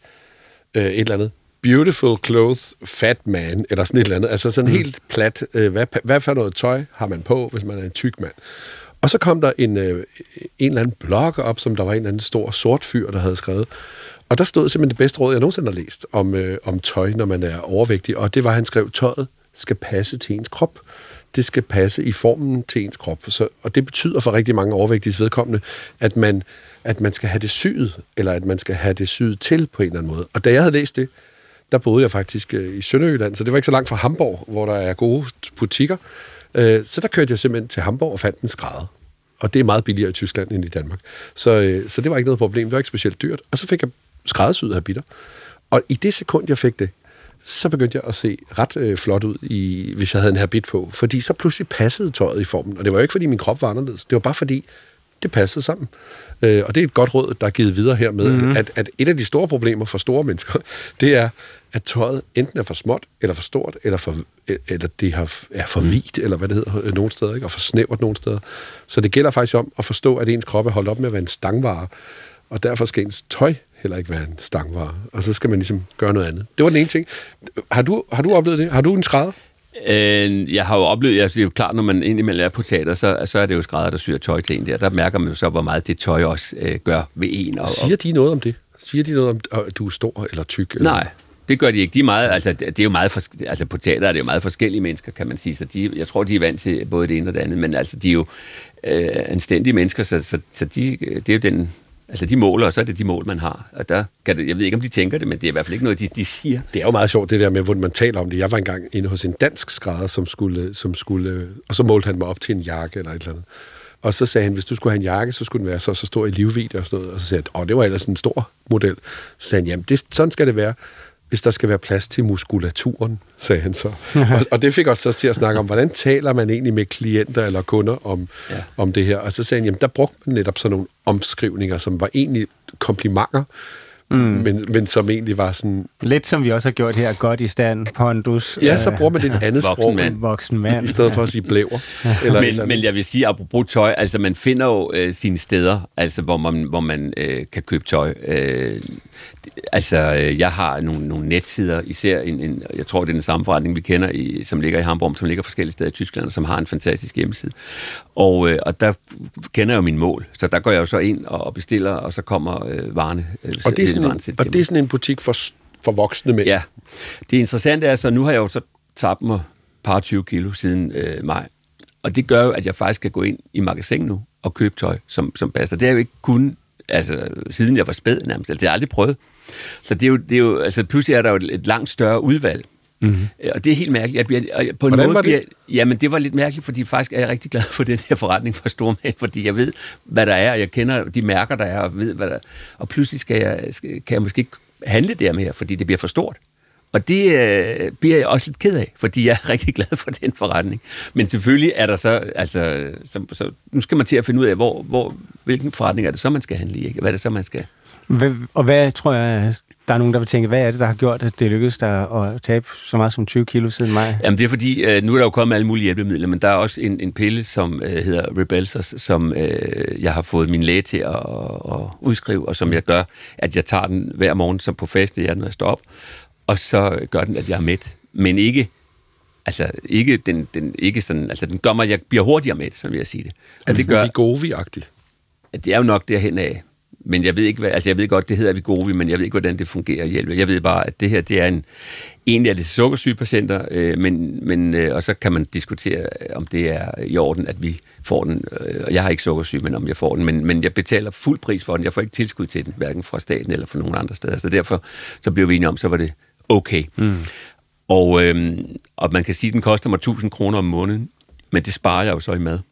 et eller andet, beautiful clothes, fat man, eller sådan et eller andet, altså sådan mm. helt plat, hvad, hvad for noget tøj har man på, hvis man er en tyk mand? Og så kom der en, en eller anden blog op, som der var en eller anden stor sort fyr, der havde skrevet, og der stod simpelthen det bedste råd, jeg nogensinde har læst, om, øh, om tøj, når man er overvægtig, og det var, han skrev, tøjet skal passe til ens krop. Det skal passe i formen til ens krop. Så, og det betyder for rigtig mange overvægtiges vedkommende, at man, at man skal have det syet, eller at man skal have det syet til på en eller anden måde. Og da jeg havde læst det, der boede jeg faktisk øh, i Sønderjylland, så det var ikke så langt fra Hamborg, hvor der er gode butikker. Øh, så der kørte jeg simpelthen til Hamborg og fandt en skrædder. Og det er meget billigere i Tyskland end i Danmark. Så, øh, så det var ikke noget problem. Det var ikke specielt dyrt. Og så fik jeg skræddersyede habitter. Og i det sekund, jeg fik det, så begyndte jeg at se ret øh, flot ud, i, hvis jeg havde en habit på. Fordi så pludselig passede tøjet i formen. Og det var jo ikke, fordi min krop var anderledes. Det var bare fordi, det passede sammen. Øh, og det er et godt råd, der er givet videre her med, mm-hmm. at, at et af de store problemer for store mennesker, det er, at tøjet enten er for småt, eller for stort, eller, for, eller det er for vidt, eller hvad det hedder nogle steder, ikke? Og for snævert nogle steder. Så det gælder faktisk om at forstå, at ens krop er holdt op med at være en stangvare, og derfor skal ens tøj heller ikke være en stangvare. Og så skal man ligesom gøre noget andet. Det var den ene ting. Har du, har du oplevet det? Har du en skrædder? Øh, jeg har jo oplevet, jeg, det er jo klart, når man indimellem er på teater, så, så er det jo skrædder, der syr tøj til en der. Der mærker man jo så, hvor meget det tøj også øh, gør ved en. Og, Siger de noget om det? Siger de noget om, at du er stor eller tyk? Eller? Nej, det gør de ikke. De er meget, altså, det er jo meget fors- altså på teater er det jo meget forskellige mennesker, kan man sige. Så de, jeg tror, de er vant til både det ene og det andet, men altså, de er jo øh, anstændige mennesker, så, så, så de, det er jo den... Altså, de måler, og så er det de mål, man har. Og der kan det, jeg ved ikke, om de tænker det, men det er i hvert fald ikke noget, de, de siger. Det er jo meget sjovt, det der med, hvordan man taler om det. Jeg var engang inde hos en dansk skrædder, som skulle, som skulle... Og så målte han mig op til en jakke eller et eller andet. Og så sagde han, hvis du skulle have en jakke, så skulle den være så, så stor i livvidde og sådan noget. Og så sagde jeg, åh, det var ellers en stor model. Så sagde han, jamen, det, sådan skal det være, hvis der skal være plads til muskulaturen, sagde han så. og, og det fik os så til at snakke om, hvordan taler man egentlig med klienter eller kunder om, ja. om det her. Og så sagde han, jamen, der brugte man netop sådan nogle omskrivninger, som var egentlig komplimenter, mm. men, men som egentlig var sådan... Lidt som vi også har gjort her, godt i stand, pondus. Ja, så bruger man det et andet voksen sprog. Mand. Voksen mand. I stedet for at sige blæver. Eller men, men jeg vil sige, apropos tøj, altså man finder jo øh, sine steder, altså hvor man, hvor man øh, kan købe tøj. Øh, altså, øh, jeg har nogle, nogle netsider, især en, en, jeg tror, det er den samme forretning, vi kender, i, som ligger i Hamburg, som ligger forskellige steder i Tyskland, som har en fantastisk hjemmeside. Og, øh, og der kender jeg jo min mål, så der går jeg jo så ind og bestiller, og så kommer øh, varerne. Øh, og, det er sådan, en, og det er sådan en butik for, for voksne mænd? Ja. Det interessante er så, nu har jeg jo så tabt mig par tyve kilo siden øh, maj, og det gør jo, at jeg faktisk kan gå ind i magasin nu og købe tøj, som, som passer. Det har jeg jo ikke kun, altså siden jeg var spæd nærmest, altså det har jeg aldrig prøvet. Så det er jo, det er jo altså pludselig er der jo et, et langt større udvalg. Mm-hmm. Og det er helt mærkeligt. Jeg bliver, på en Hvordan måde var det? Bliver, jamen, det var lidt mærkeligt, fordi faktisk er jeg rigtig glad for den her forretning for Stormand, fordi jeg ved, hvad der er, og jeg kender de mærker, der er, og ved, hvad der er. Og pludselig skal jeg, skal, kan jeg måske ikke handle der mere, fordi det bliver for stort. Og det øh, bliver jeg også lidt ked af, fordi jeg er rigtig glad for den forretning. Men selvfølgelig er der så, altså, så, så nu skal man til at finde ud af, hvor, hvor, hvilken forretning er det så, man skal handle i, ikke? Hvad er det så, man skal... Og hvad tror jeg, der er nogen, der vil tænke, hvad er det, der har gjort, at det lykkedes dig at tabe så meget som tyve kilo siden maj? Jamen det er fordi, øh, nu er der jo kommet alle mulige hjælpemidler, men der er også en, en pille, som øh, hedder Rybelsus, som øh, jeg har fået min læge til at, at udskrive, og som jeg gør, at jeg tager den hver morgen som på faste hjerte, når jeg står op, og så gør den, at jeg er mæt. Men ikke, altså ikke, den, den, ikke sådan, altså den gør mig, at jeg bliver hurtigere mæt, sådan vil jeg sige det. Og er det, det gør, Wegovy-agtigt? Det er jo nok derhen af. Men jeg ved ikke, hvad, altså jeg ved godt, det hedder Wegovy, men jeg ved ikke, hvordan det fungerer og hjælper. Jeg ved bare, at det her, det er en, egentlig er det sukkersyge patienter, øh, men, men, øh, og så kan man diskutere, om det er i orden, at vi får den. Øh, jeg har ikke sukkersyge, men om jeg får den, men, men jeg betaler fuld pris for den. Jeg får ikke tilskud til den, hverken fra staten eller fra nogen andre steder. Så derfor så blev vi enige om, så var det okay. Mm. Og, øh, og man kan sige, at den koster mig tusind kroner om måneden, men det sparer jeg jo så i mad.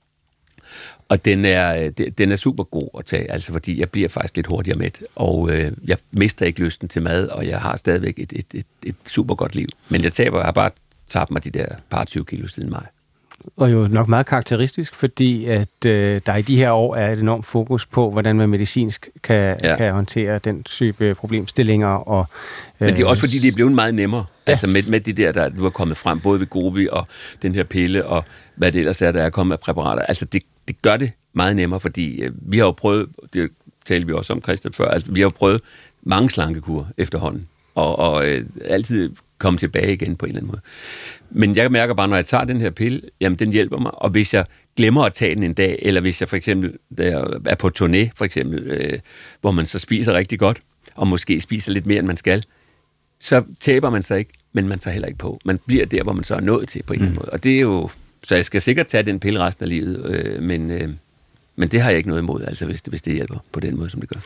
Og den er, den er super god at tage, altså fordi jeg bliver faktisk lidt hurtigere mæt, og øh, jeg mister ikke lysten til mad, og jeg har stadigvæk et, et, et, et super godt liv. Men jeg taber, jeg har bare tabt mig de der par tyve kilo siden mig. Og jo nok meget karakteristisk, fordi at øh, der i de her år er et enormt fokus på, hvordan man medicinsk kan, ja. kan håndtere den type problemstillinger. Og, øh, Men det er også fordi, det er blevet meget nemmere. Ja. Altså med, med det der, der nu er kommet frem, både ved Wegovy og den her pille, og hvad det ellers er, der er kommet af præparater. Altså det, det gør det meget nemmere, fordi øh, vi har jo prøvet, det talte vi også om, Christian, før, altså vi har jo prøvet mange slankekurer efterhånden, og, og øh, altid komme tilbage igen på en eller anden måde. Men jeg mærker bare, når jeg tager den her pille, jamen den hjælper mig, og hvis jeg glemmer at tage den en dag, eller hvis jeg for eksempel der er på turné, for eksempel, øh, hvor man så spiser rigtig godt, og måske spiser lidt mere, end man skal, så taber man sig ikke, men man tager heller ikke på. Man bliver der, hvor man så er nået til på en mm. eller anden måde. Og det er jo... Så jeg skal sikkert tage den pille resten af livet, øh, men, øh, men det har jeg ikke noget imod, altså hvis det, hvis det hjælper på den måde, som det gør.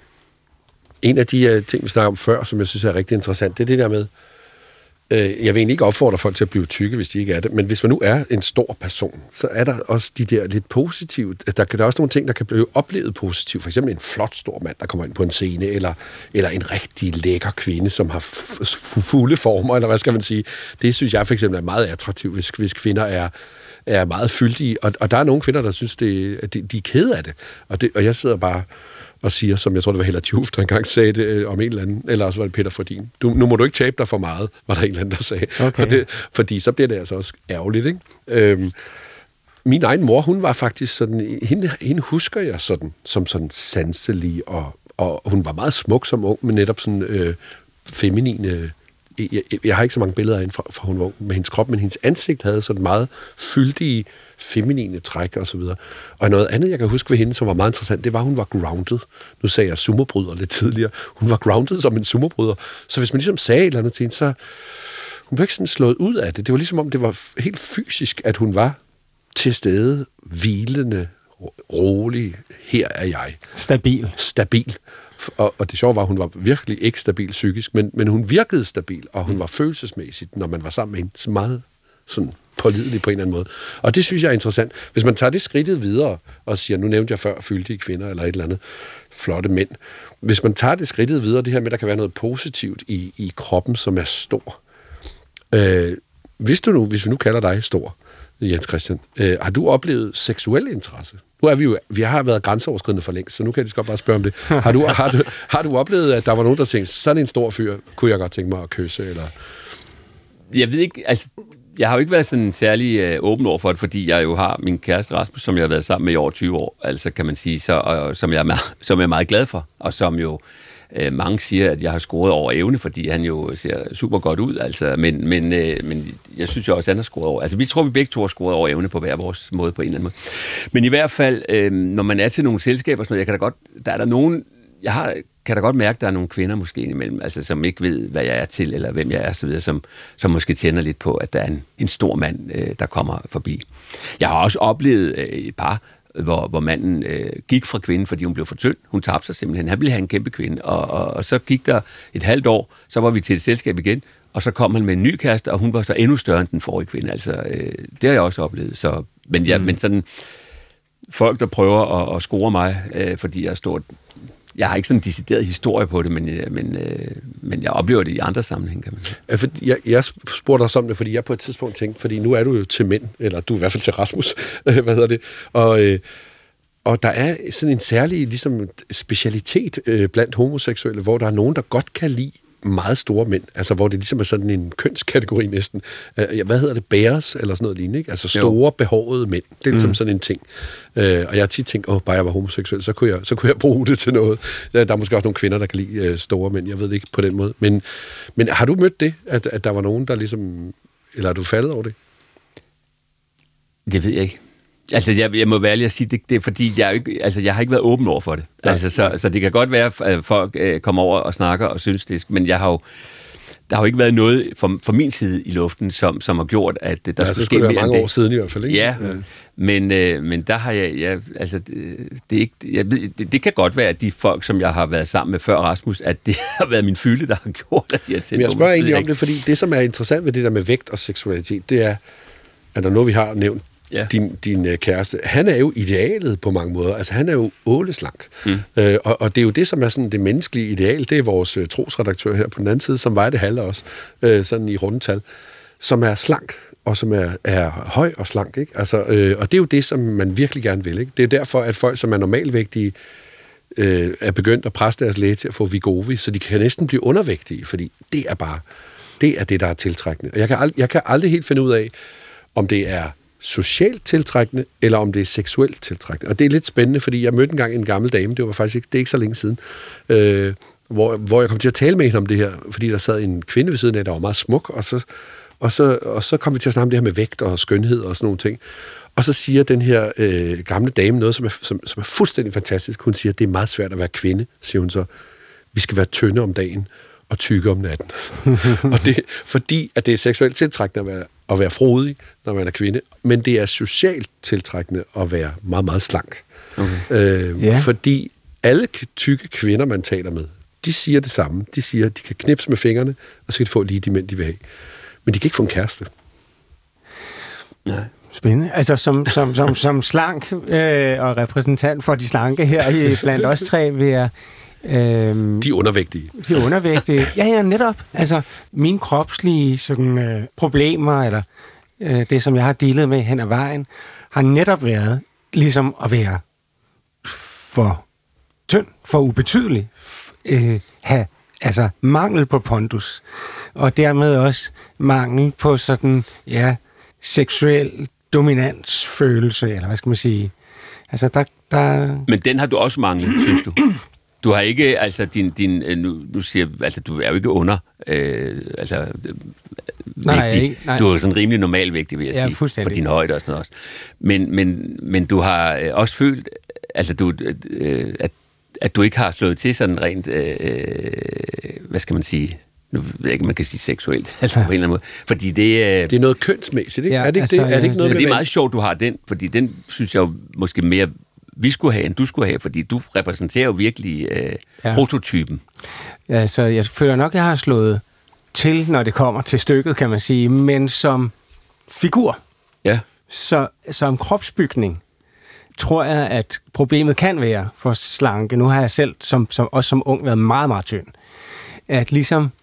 En af de uh, ting, vi snakker om før, som jeg synes er rigtig interessant, det er det der med, øh, jeg vil egentlig ikke opfordre folk til at blive tykke, hvis de ikke er det, men hvis man nu er en stor person, så er der også de der lidt positive, der, der er også nogle ting, der kan blive oplevet positivt, for eksempel en flot stor mand, der kommer ind på en scene, eller, eller en rigtig lækker kvinde, som har f- fulde former, eller hvad skal man sige. Det synes jeg for eksempel er meget attraktivt, hvis, hvis kvinder er er meget fyldige, og, og der er nogle kvinder, der synes, det, at de, de er kede af det. Og, det. og jeg sidder bare og siger, som jeg tror, det var Hella Juf, der engang sagde det øh, om en eller anden, eller også var det Peter Fordin. Du, nu må du ikke tabe dig for meget, var der en eller anden, der sagde. Okay. Det, fordi så bliver det altså også ærgerligt, ikke? Øhm, min egen mor, hun var faktisk sådan, hende, hende husker jeg sådan, som sådan sanselig, og, og hun var meget smuk som ung, men netop sådan øh, feminine. Jeg, jeg, jeg har ikke så mange billeder af hende, fra, fra hun var ung med hendes krop, men hendes ansigt havde sådan meget fyldige, feminine træk og så videre. Og noget andet, jeg kan huske ved hende, som var meget interessant, det var, at hun var grounded. Nu sagde jeg sumobryder lidt tidligere. Hun var grounded som en sumobryder. Så hvis man ligesom sagde et eller andet til hende, så hun blev ikke sådan slået ud af det. Det var ligesom om, det var helt fysisk, at hun var til stede, hvilende, rolig. Her er jeg. Stabil. Stabil. Og, og det sjove var, at hun var virkelig ikke stabil psykisk, men, men hun virkede stabil, og hun var følelsesmæssigt, når man var sammen med hende, så meget sådan pålidelig på en eller anden måde. Og det synes jeg er interessant. Hvis man tager det skridtet videre, og siger, nu nævnte jeg før fyldige kvinder, eller et eller andet, flotte mænd. Hvis man tager det skridtet videre, det her med, at der kan være noget positivt i, i kroppen, som er stor. Øh, hvis, du nu, hvis vi nu kalder dig stor, Jens Christian, øh, har du oplevet seksuel interesse? Nu er vi jo, vi har været grænseoverskridende for længst, så nu kan jeg lige godt bare spørge om det. Har du, har, du, har du oplevet, at der var nogen, der tænkte, sådan en stor fyr, kunne jeg godt tænke mig at kysse, eller? Jeg ved ikke, altså, jeg har jo ikke været sådan særlig øh, åben over for det, fordi jeg jo har min kæreste Rasmus, som jeg har været sammen med i over tyve år, altså kan man sige, så, og, som, jeg er meget, som jeg er meget glad for, og som jo øh, mange siger, at jeg har scoret over evne, fordi han jo ser super godt ud, altså, men, men, øh, men jeg synes jo også, at han har scoret over. Altså, vi tror, vi begge to har scoret over evne på hver vores måde på en eller anden måde. Men i hvert fald, øh, når man er til nogle selskaber, sådan noget, jeg kan da godt, der er der nogen, jeg har, kan da godt mærke, at der er nogle kvinder måske imellem, altså, som ikke ved, hvad jeg er til, eller hvem jeg er, så videre, som, som måske tænder lidt på, at der er en, en stor mand, øh, der kommer forbi. Jeg har også oplevet øh, et par, hvor, hvor manden øh, gik fra kvinden, fordi hun blev for tynd. Hun tabte sig simpelthen. Han ville have en kæmpe kvinde. Og, og, og så gik der et halvt år, så var vi til et selskab igen, og så kom han med en ny kæreste, og hun var så endnu større end den forrige kvinde. Altså, øh, det har jeg også oplevet. Så, men, ja, mm. men sådan, folk, der prøver at, at score mig, øh, fordi jeg er stort. Jeg har ikke sådan en decideret historie på det, men, men, øh, men jeg oplever det i andre sammenhæng, kan man sige. Ja, for jeg, jeg spurgte dig om det, fordi jeg på et tidspunkt tænkte, fordi nu er du jo til mænd, eller du er i hvert fald til Rasmus, hvad hedder det, og, øh, og der er sådan en særlig ligesom, specialitet øh, blandt homoseksuelle, hvor der er nogen, der godt kan lide meget store mænd, altså hvor det ligesom er sådan en kønskategori næsten. Uh, hvad hedder det? Bears eller sådan noget lignende, ikke? Altså store, jo. behårede mænd. Det er ligesom mm. sådan en ting. Uh, og jeg har tit tænkt, åh, oh, bare jeg var homoseksuel, så kunne jeg, så kunne jeg bruge det til noget. Der er måske også nogle kvinder, der kan lide uh, store mænd, jeg ved det ikke på den måde. Men, men har du mødt det, at, at der var nogen, der ligesom, eller er du faldet over det? Det ved jeg ikke. Altså, jeg, jeg må være ærlig at sige, det, det er fordi, jeg, ikke, altså, jeg har ikke været åben over for det. Ja. Altså, så, så det kan godt være, at folk øh, kommer over og snakker og synes det, men jeg har jo, der har jo ikke været noget fra, fra min side i luften, som, som har gjort, at der ja, skulle ske mere det. mange år siden i hvert fald, ikke? Ja, ja. Men, øh, men der har jeg, jeg altså, det, det, er ikke, jeg ved, det, det kan godt være, at de folk, som jeg har været sammen med før Rasmus, at det har været min fylde, der har gjort, at de har tændt. Men jeg spørger egentlig om det, fordi det, som er interessant ved det der med vægt og seksualitet, det er, at der er noget, vi har nævnt, ja. din, din uh, kæreste, han er jo idealet på mange måder. Altså, han er jo åleslank. Mm. Uh, og, og det er jo det, som er sådan det menneskelige ideal. Det er vores uh, trosredaktør her på den anden side, som vejer det halve også, uh, sådan i rundetal, som er slank, og som er, er høj og slank, ikke? Altså, uh, og det er jo det, som man virkelig gerne vil, ikke? Det er derfor, at folk, som er normalvægtige, uh, er begyndt at presse deres læge til at få Wegovy, så de kan næsten blive undervægtige, fordi det er bare, det er det, der er tiltrækkende. Og jeg kan, ald- jeg kan aldrig helt finde ud af, om det er socialt tiltrækkende, eller om det er seksuelt tiltrækkende. Og det er lidt spændende, fordi jeg mødte engang en gammel dame, det var faktisk ikke, det er ikke så længe siden, øh, hvor, hvor jeg kom til at tale med hende om det her, fordi der sad en kvinde ved siden af, der var meget smuk, og så, og så, og så kom vi til at snakke om det her med vægt og skønhed og sådan nogle ting. Og så siger den her øh, gamle dame noget, som er, som, som er fuldstændig fantastisk. Hun siger, at det er meget svært at være kvinde, siger hun så. Vi skal være tynde om dagen og tykke om natten. Og det, fordi at det er seksuelt tiltrækkende at være, at være frodig, når man er kvinde, men det er socialt tiltrækkende at være meget, meget slank. Okay. Øh, yeah. Fordi alle tykke kvinder, man taler med, de siger det samme. De siger, at de kan knipse med fingrene, og så kan de få lige de mænd, de vil have. Men de kan ikke få en kæreste. Nej. Spændende. Altså som, som, som, som slank øh, og repræsentant for de slanke her i blandt os tre vil jeg Øhm, de er undervægtige. De er undervægtige. Ja, ja, netop. Altså, mine kropslige sådan, øh, problemer, eller øh, det, som jeg har dealet med hen ad vejen, har netop været ligesom at være for tynd, for ubetydelig, øh, have altså mangel på pondus, og dermed også mangel på sådan, ja, seksuel dominansfølelse, eller hvad skal man sige. Altså, der, der... Men den har du også manglet, synes du? Du har ikke, altså, din, din nu, nu siger altså, du er jo ikke under, øh, altså, nej, vigtig. Ikke, nej. Du er sådan rimelig normalvægtig, vil jeg ja, sige, for din højde og sådan noget også. Men, men, men du har også følt, altså, du, øh, at, at du ikke har slået til sådan rent, øh, hvad skal man sige, nu ved jeg ikke, man kan sige seksuelt, altså på en eller anden måde. Fordi det, øh, det er noget kønsmæssigt, ikke? Ja, er det ikke altså, det? Er det ikke noget men det er meget sjovt, du har den, fordi den synes jeg jo måske mere, vi skulle have, end du skulle have, fordi du repræsenterer jo virkelig øh, ja. prototypen. Ja, så jeg føler nok, jeg har slået til, når det kommer til stykket, kan man sige, men som figur, ja. så som kropsbygning, tror jeg, at problemet kan være for slanke. Nu har jeg selv, som, som, også som ung, været meget, meget tynd. At ligesom,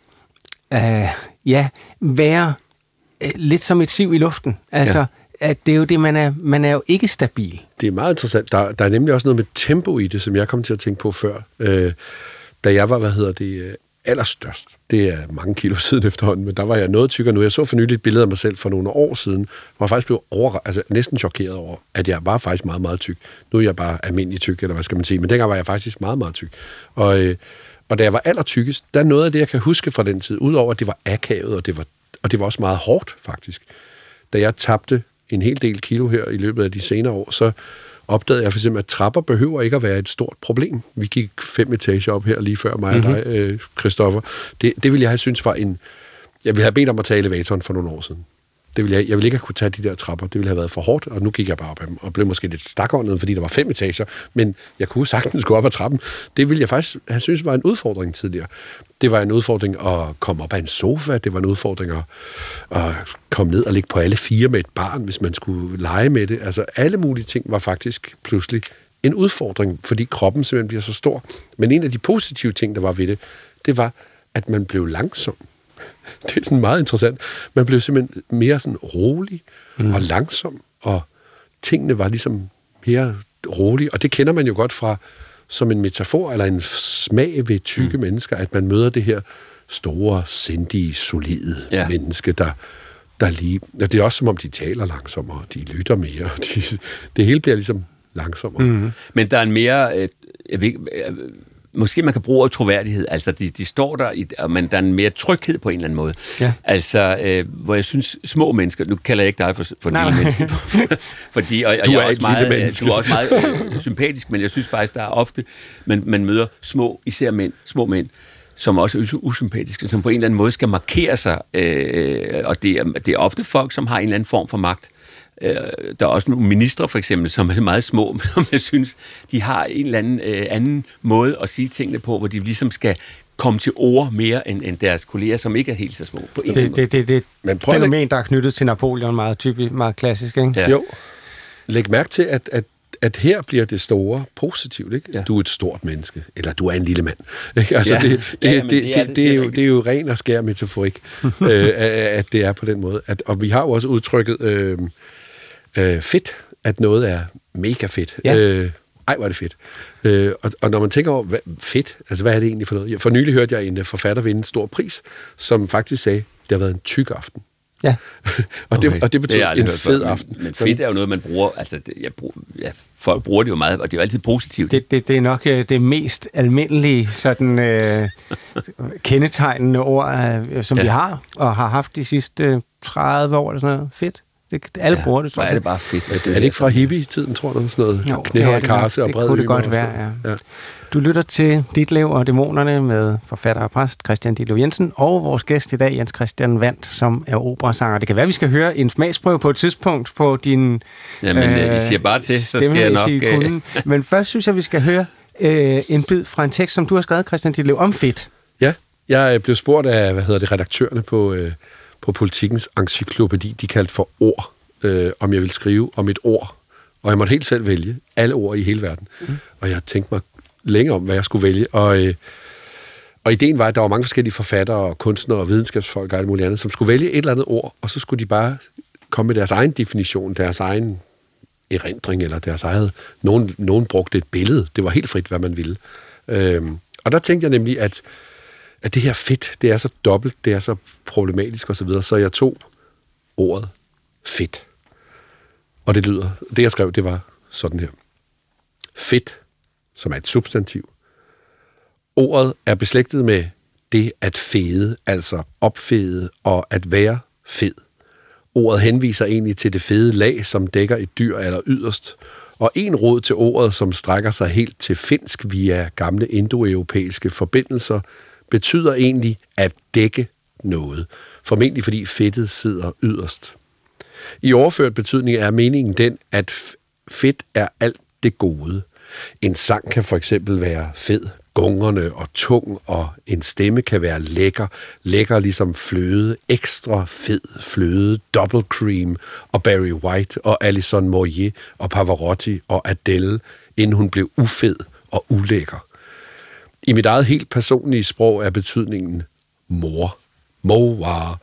øh, ja, være øh, lidt som et siv i luften. Altså, ja. At det er jo det, man er, man er jo ikke stabil. Det er meget interessant. Der, der er nemlig også noget med tempo i det, som jeg kom til at tænke på før. Øh, da jeg var, hvad hedder det, allerstørst. Det er mange kilo siden efterhånden, men der var jeg noget tykkere nu. Jeg så for nylig et billede af mig selv for nogle år siden, hvor jeg faktisk blev over, altså næsten chokeret over, at jeg var faktisk meget, meget tyk. Nu er jeg bare almindelig tyk, eller hvad skal man sige, men dengang var jeg faktisk meget, meget tyk. Og, øh, og da jeg var allertykkest, der er noget af det, jeg kan huske fra den tid, udover at det var akavet, og det var, og det var også meget hårdt, faktisk. Da jeg tabte en hel del kilo her i løbet af de senere år, så opdagede jeg for eksempel, at trapper behøver ikke at være et stort problem. Vi gik fem etager op her lige før mig og dig, øh, Christoffer. Det, det ville jeg have synes var en... Jeg ville have bedt om at tage elevatoren for nogle år siden. Det ville jeg, jeg ville ikke have kunne tage de der trapper. Det ville have været for hårdt, og nu gik jeg bare op ad dem, og blev måske lidt stakåndet, fordi der var fem etager, men jeg kunne sagtens gå op ad trappen. Det ville jeg faktisk have synes var en udfordring tidligere. Det var en udfordring at komme op ad en sofa, det var en udfordring at, at komme ned og ligge på alle fire med et barn, hvis man skulle lege med det. Altså alle mulige ting var faktisk pludselig en udfordring, fordi kroppen simpelthen bliver så stor. Men en af de positive ting, der var ved det, det var, at man blev langsom. Det er sådan meget interessant. Man blev simpelthen mere sådan rolig mm. og langsom, og tingene var ligesom mere rolige. Og det kender man jo godt fra som en metafor eller en smag ved tykke mm. mennesker, at man møder det her store, sindige, solide ja. menneske, der, der lige... Og det er også som om, de taler langsommere, de lytter mere. De, det hele bliver ligesom langsommere. Mm. Men der er en mere... Øh, jeg ved, øh, måske man kan bruge ordet troværdighed, altså de, de står der, i, men der er en mere tryghed på en eller anden måde. Ja. Altså, øh, hvor jeg synes, små mennesker, nu kalder jeg ikke dig for, for lille menneske, fordi, og, og du, jeg er er også meget, du er også meget øh, sympatisk, men jeg synes faktisk, der er ofte, man, man møder små, især mænd, små mænd, som også er usympatiske, som på en eller anden måde skal markere sig, øh, og det er, det er ofte folk, som har en eller anden form for magt. Der er også nogle ministre, for eksempel, som er meget små, som jeg synes, de har en eller anden øh, anden måde at sige tingene på, hvor de ligesom skal komme til ord mere end, end deres kolleger, som ikke er helt så små. På en det, det, det, det er et fænomen, der er knyttet til Napoleon, meget typisk, meget klassisk, ikke? Ja. Jo. Læg mærke til, at, at, at her bliver det store positivt, ikke? Ja. Du er et stort menneske, eller du er en lille mand. Ikke? Altså, ja. det, det, ja, det, det, det, det, det, er jo, det er jo ren og skær metaforik, øh, at det er på den måde. At, og vi har jo også udtrykket... Øh, Øh, fedt, at noget er mega fedt. Ja. Øh, ej, hvor er det fedt. Øh, og, og når man tænker over, hvad, fedt, altså hvad er det egentlig for noget? For nylig hørte jeg en forfatter vinde en stor pris, som faktisk sagde, det har været en tyk aften. Ja. og, det, og det betyder en fed før, aften. Men, men fedt er jo noget, man bruger, altså det, jeg bruger, ja, folk bruger det jo meget, og det er jo altid positivt. Det, det, det er nok det mest almindelige sådan øh, kendetegnende ord, øh, som ja. vi har, og har haft de sidste tredive år eller sådan noget. Fedt. Det, alle ja, bruger det. Så er det bare fedt. Er det, er det ikke fra hippie-tiden, tror du? Sådan noget knæhøj ja, karse og bred det kunne det godt være, ja. ja. Du lytter til Ditlev og Dæmonerne med forfatter og præst Christian Ditlev Jensen og vores gæst i dag, Jens Christian Wandt, som er operasanger. Det kan være, vi skal høre en smagsprøve på et tidspunkt på din Jamen, øh, I siger bare til, så skal jeg nok... Øh... Men først synes jeg, vi skal høre øh, en bid fra en tekst, som du har skrevet, Christian Ditlev, om fedt. Ja, jeg blev spurgt af, hvad hedder det, redaktørerne på... Øh, på Politikens encyklopædi, de kaldte for ord, øh, om jeg ville skrive om et ord. Og jeg måtte helt selv vælge alle ord i hele verden. Mm. Og jeg tænkte mig længe om, hvad jeg skulle vælge. Og, øh, og ideen var, at der var mange forskellige forfattere og kunstnere og videnskabsfolk og alt muligt andet, som skulle vælge et eller andet ord, og så skulle de bare komme med deres egen definition, deres egen erindring, eller deres eget... Nogen, nogen brugte et billede. Det var helt frit, hvad man ville. Øhm, og der tænkte jeg nemlig, at, at det her fedt, det er så dobbelt, det er så problematisk osv., så, så jeg tog ordet fedt. Og det lyder... Det, jeg skrev, det var sådan her. Fedt, som er et substantiv. Ordet er beslægtet med det at fede, altså opfede og at være fed. Ordet henviser egentlig til det fede lag, som dækker et dyr eller yderst, og en rod til ordet, som strækker sig helt til finsk via gamle indoeuropæiske forbindelser, betyder egentlig at dække noget, formentlig fordi fedtet sidder yderst. I overført betydning er meningen den, at fedt er alt det gode. En sang kan for eksempel være fed, gungerne og tung, og en stemme kan være lækker, lækker ligesom fløde, ekstra fed fløde, double cream og Barry White og Alison Moyet og Pavarotti og Adele, inden hun blev ufed og ulækker. I mit eget helt personlige sprog er betydningen mor, mor,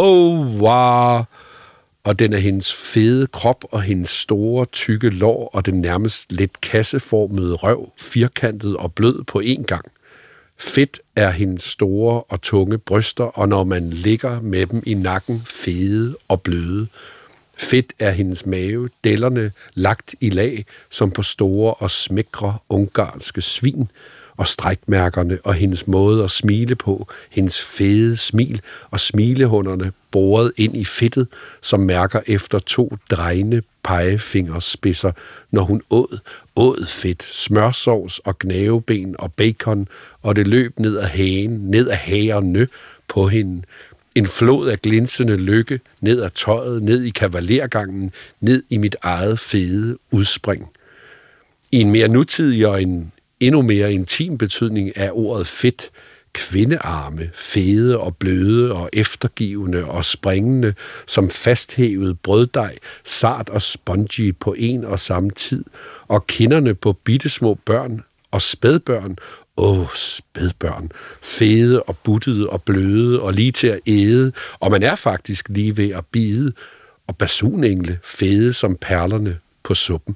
mor, og den er hendes fede krop og hendes store, tykke lår og den nærmest lidt kasseformede røv, firkantet og blød på én gang. Fedt er hendes store og tunge bryster, og når man ligger med dem i nakken, fede og bløde. Fedt er hendes mave, dellerne lagt i lag, som på store og smækre ungarske svin, og strækmærkerne og hendes måde at smile på, hendes fede smil og smilehunderne boret ind i fedtet, som mærker efter to drejende pegefingerspidser, når hun åd, åd fedt, smørsovs og gnaveben og bacon, og det løb ned ad hagen, ned ad hagerne på hende. En flod af glinsende lykke, ned ad tøjet, ned i kavalergangen, ned i mit eget fede udspring. I en mere nutidig og en endnu mere intim betydning af ordet fedt, kvindearme, fede og bløde og eftergivende og springende, som fasthævet brøddej, sart og spongy på en og samme tid, og kinderne på bittesmå børn og spædbørn, åh, spædbørn, fede og buttede og bløde og lige til at æde, og man er faktisk lige ved at bide, og basunengle, fede som perlerne på suppen.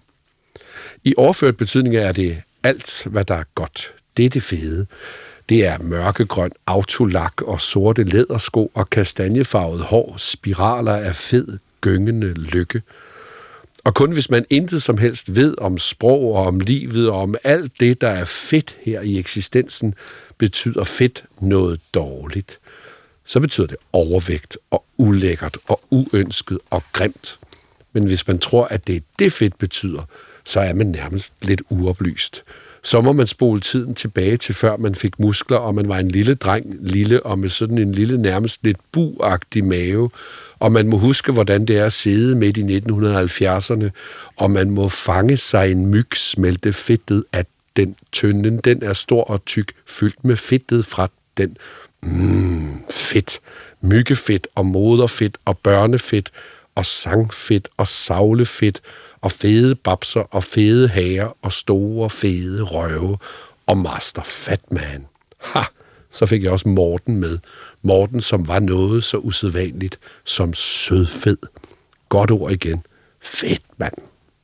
I overført betydning er det alt, hvad der er godt. Det er det fede. Det er mørkegrøn autolak og sorte lædersko og kastanjefarvet hår, spiraler af fed, gyngende lykke. Og kun hvis man intet som helst ved om sprog og om livet og om alt det, der er fedt her i eksistensen, betyder fedt noget dårligt. Så betyder det overvægt og ulækkert og uønsket og grimt. Men hvis man tror, at det er det fedt betyder, så er man nærmest lidt uoplyst. Så må man spole tiden tilbage til før man fik muskler, og man var en lille dreng, lille og med sådan en lille nærmest lidt buagtig mave, og man må huske, hvordan det er at sidde midt i nitten halvfjerdserne, og man må fange sig en myg, smelte fedtet af den tynden, den er stor og tyk, fyldt med fedtet fra den. Mm, fedt, myggefedt og moderfedt og børnefedt og sangfedt og saglefedt og fede babser og fede hager og store fede røve og Master Fatman. Ha! Så fik jeg også Morten med. Morten, som var noget så usædvanligt som sødfed. Godt ord igen. Fedt, mand.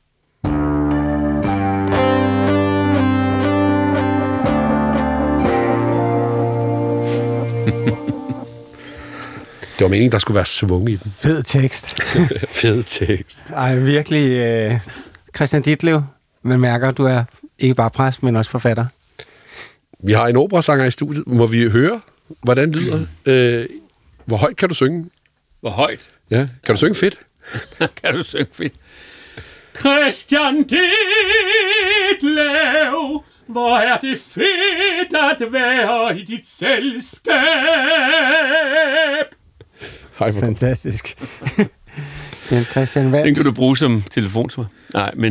Det var meningen, der skulle være svung i den. Fed tekst. Fed tekst. Ej, virkelig. Øh, Christian Ditlev, man mærker, du er ikke bare præst, men også forfatter. Vi har en operasanger i studiet. Må vi høre, hvordan lyder? Mm. Øh, hvor højt kan du synge? Hvor højt? Ja, kan du synge fedt? Kan du synge fedt? Christian Ditlev, hvor er det fedt at være i dit selskab. Hej, fantastisk. Jens Christian, hvad? Den kan du bruge som telefonsvar. Nej, men...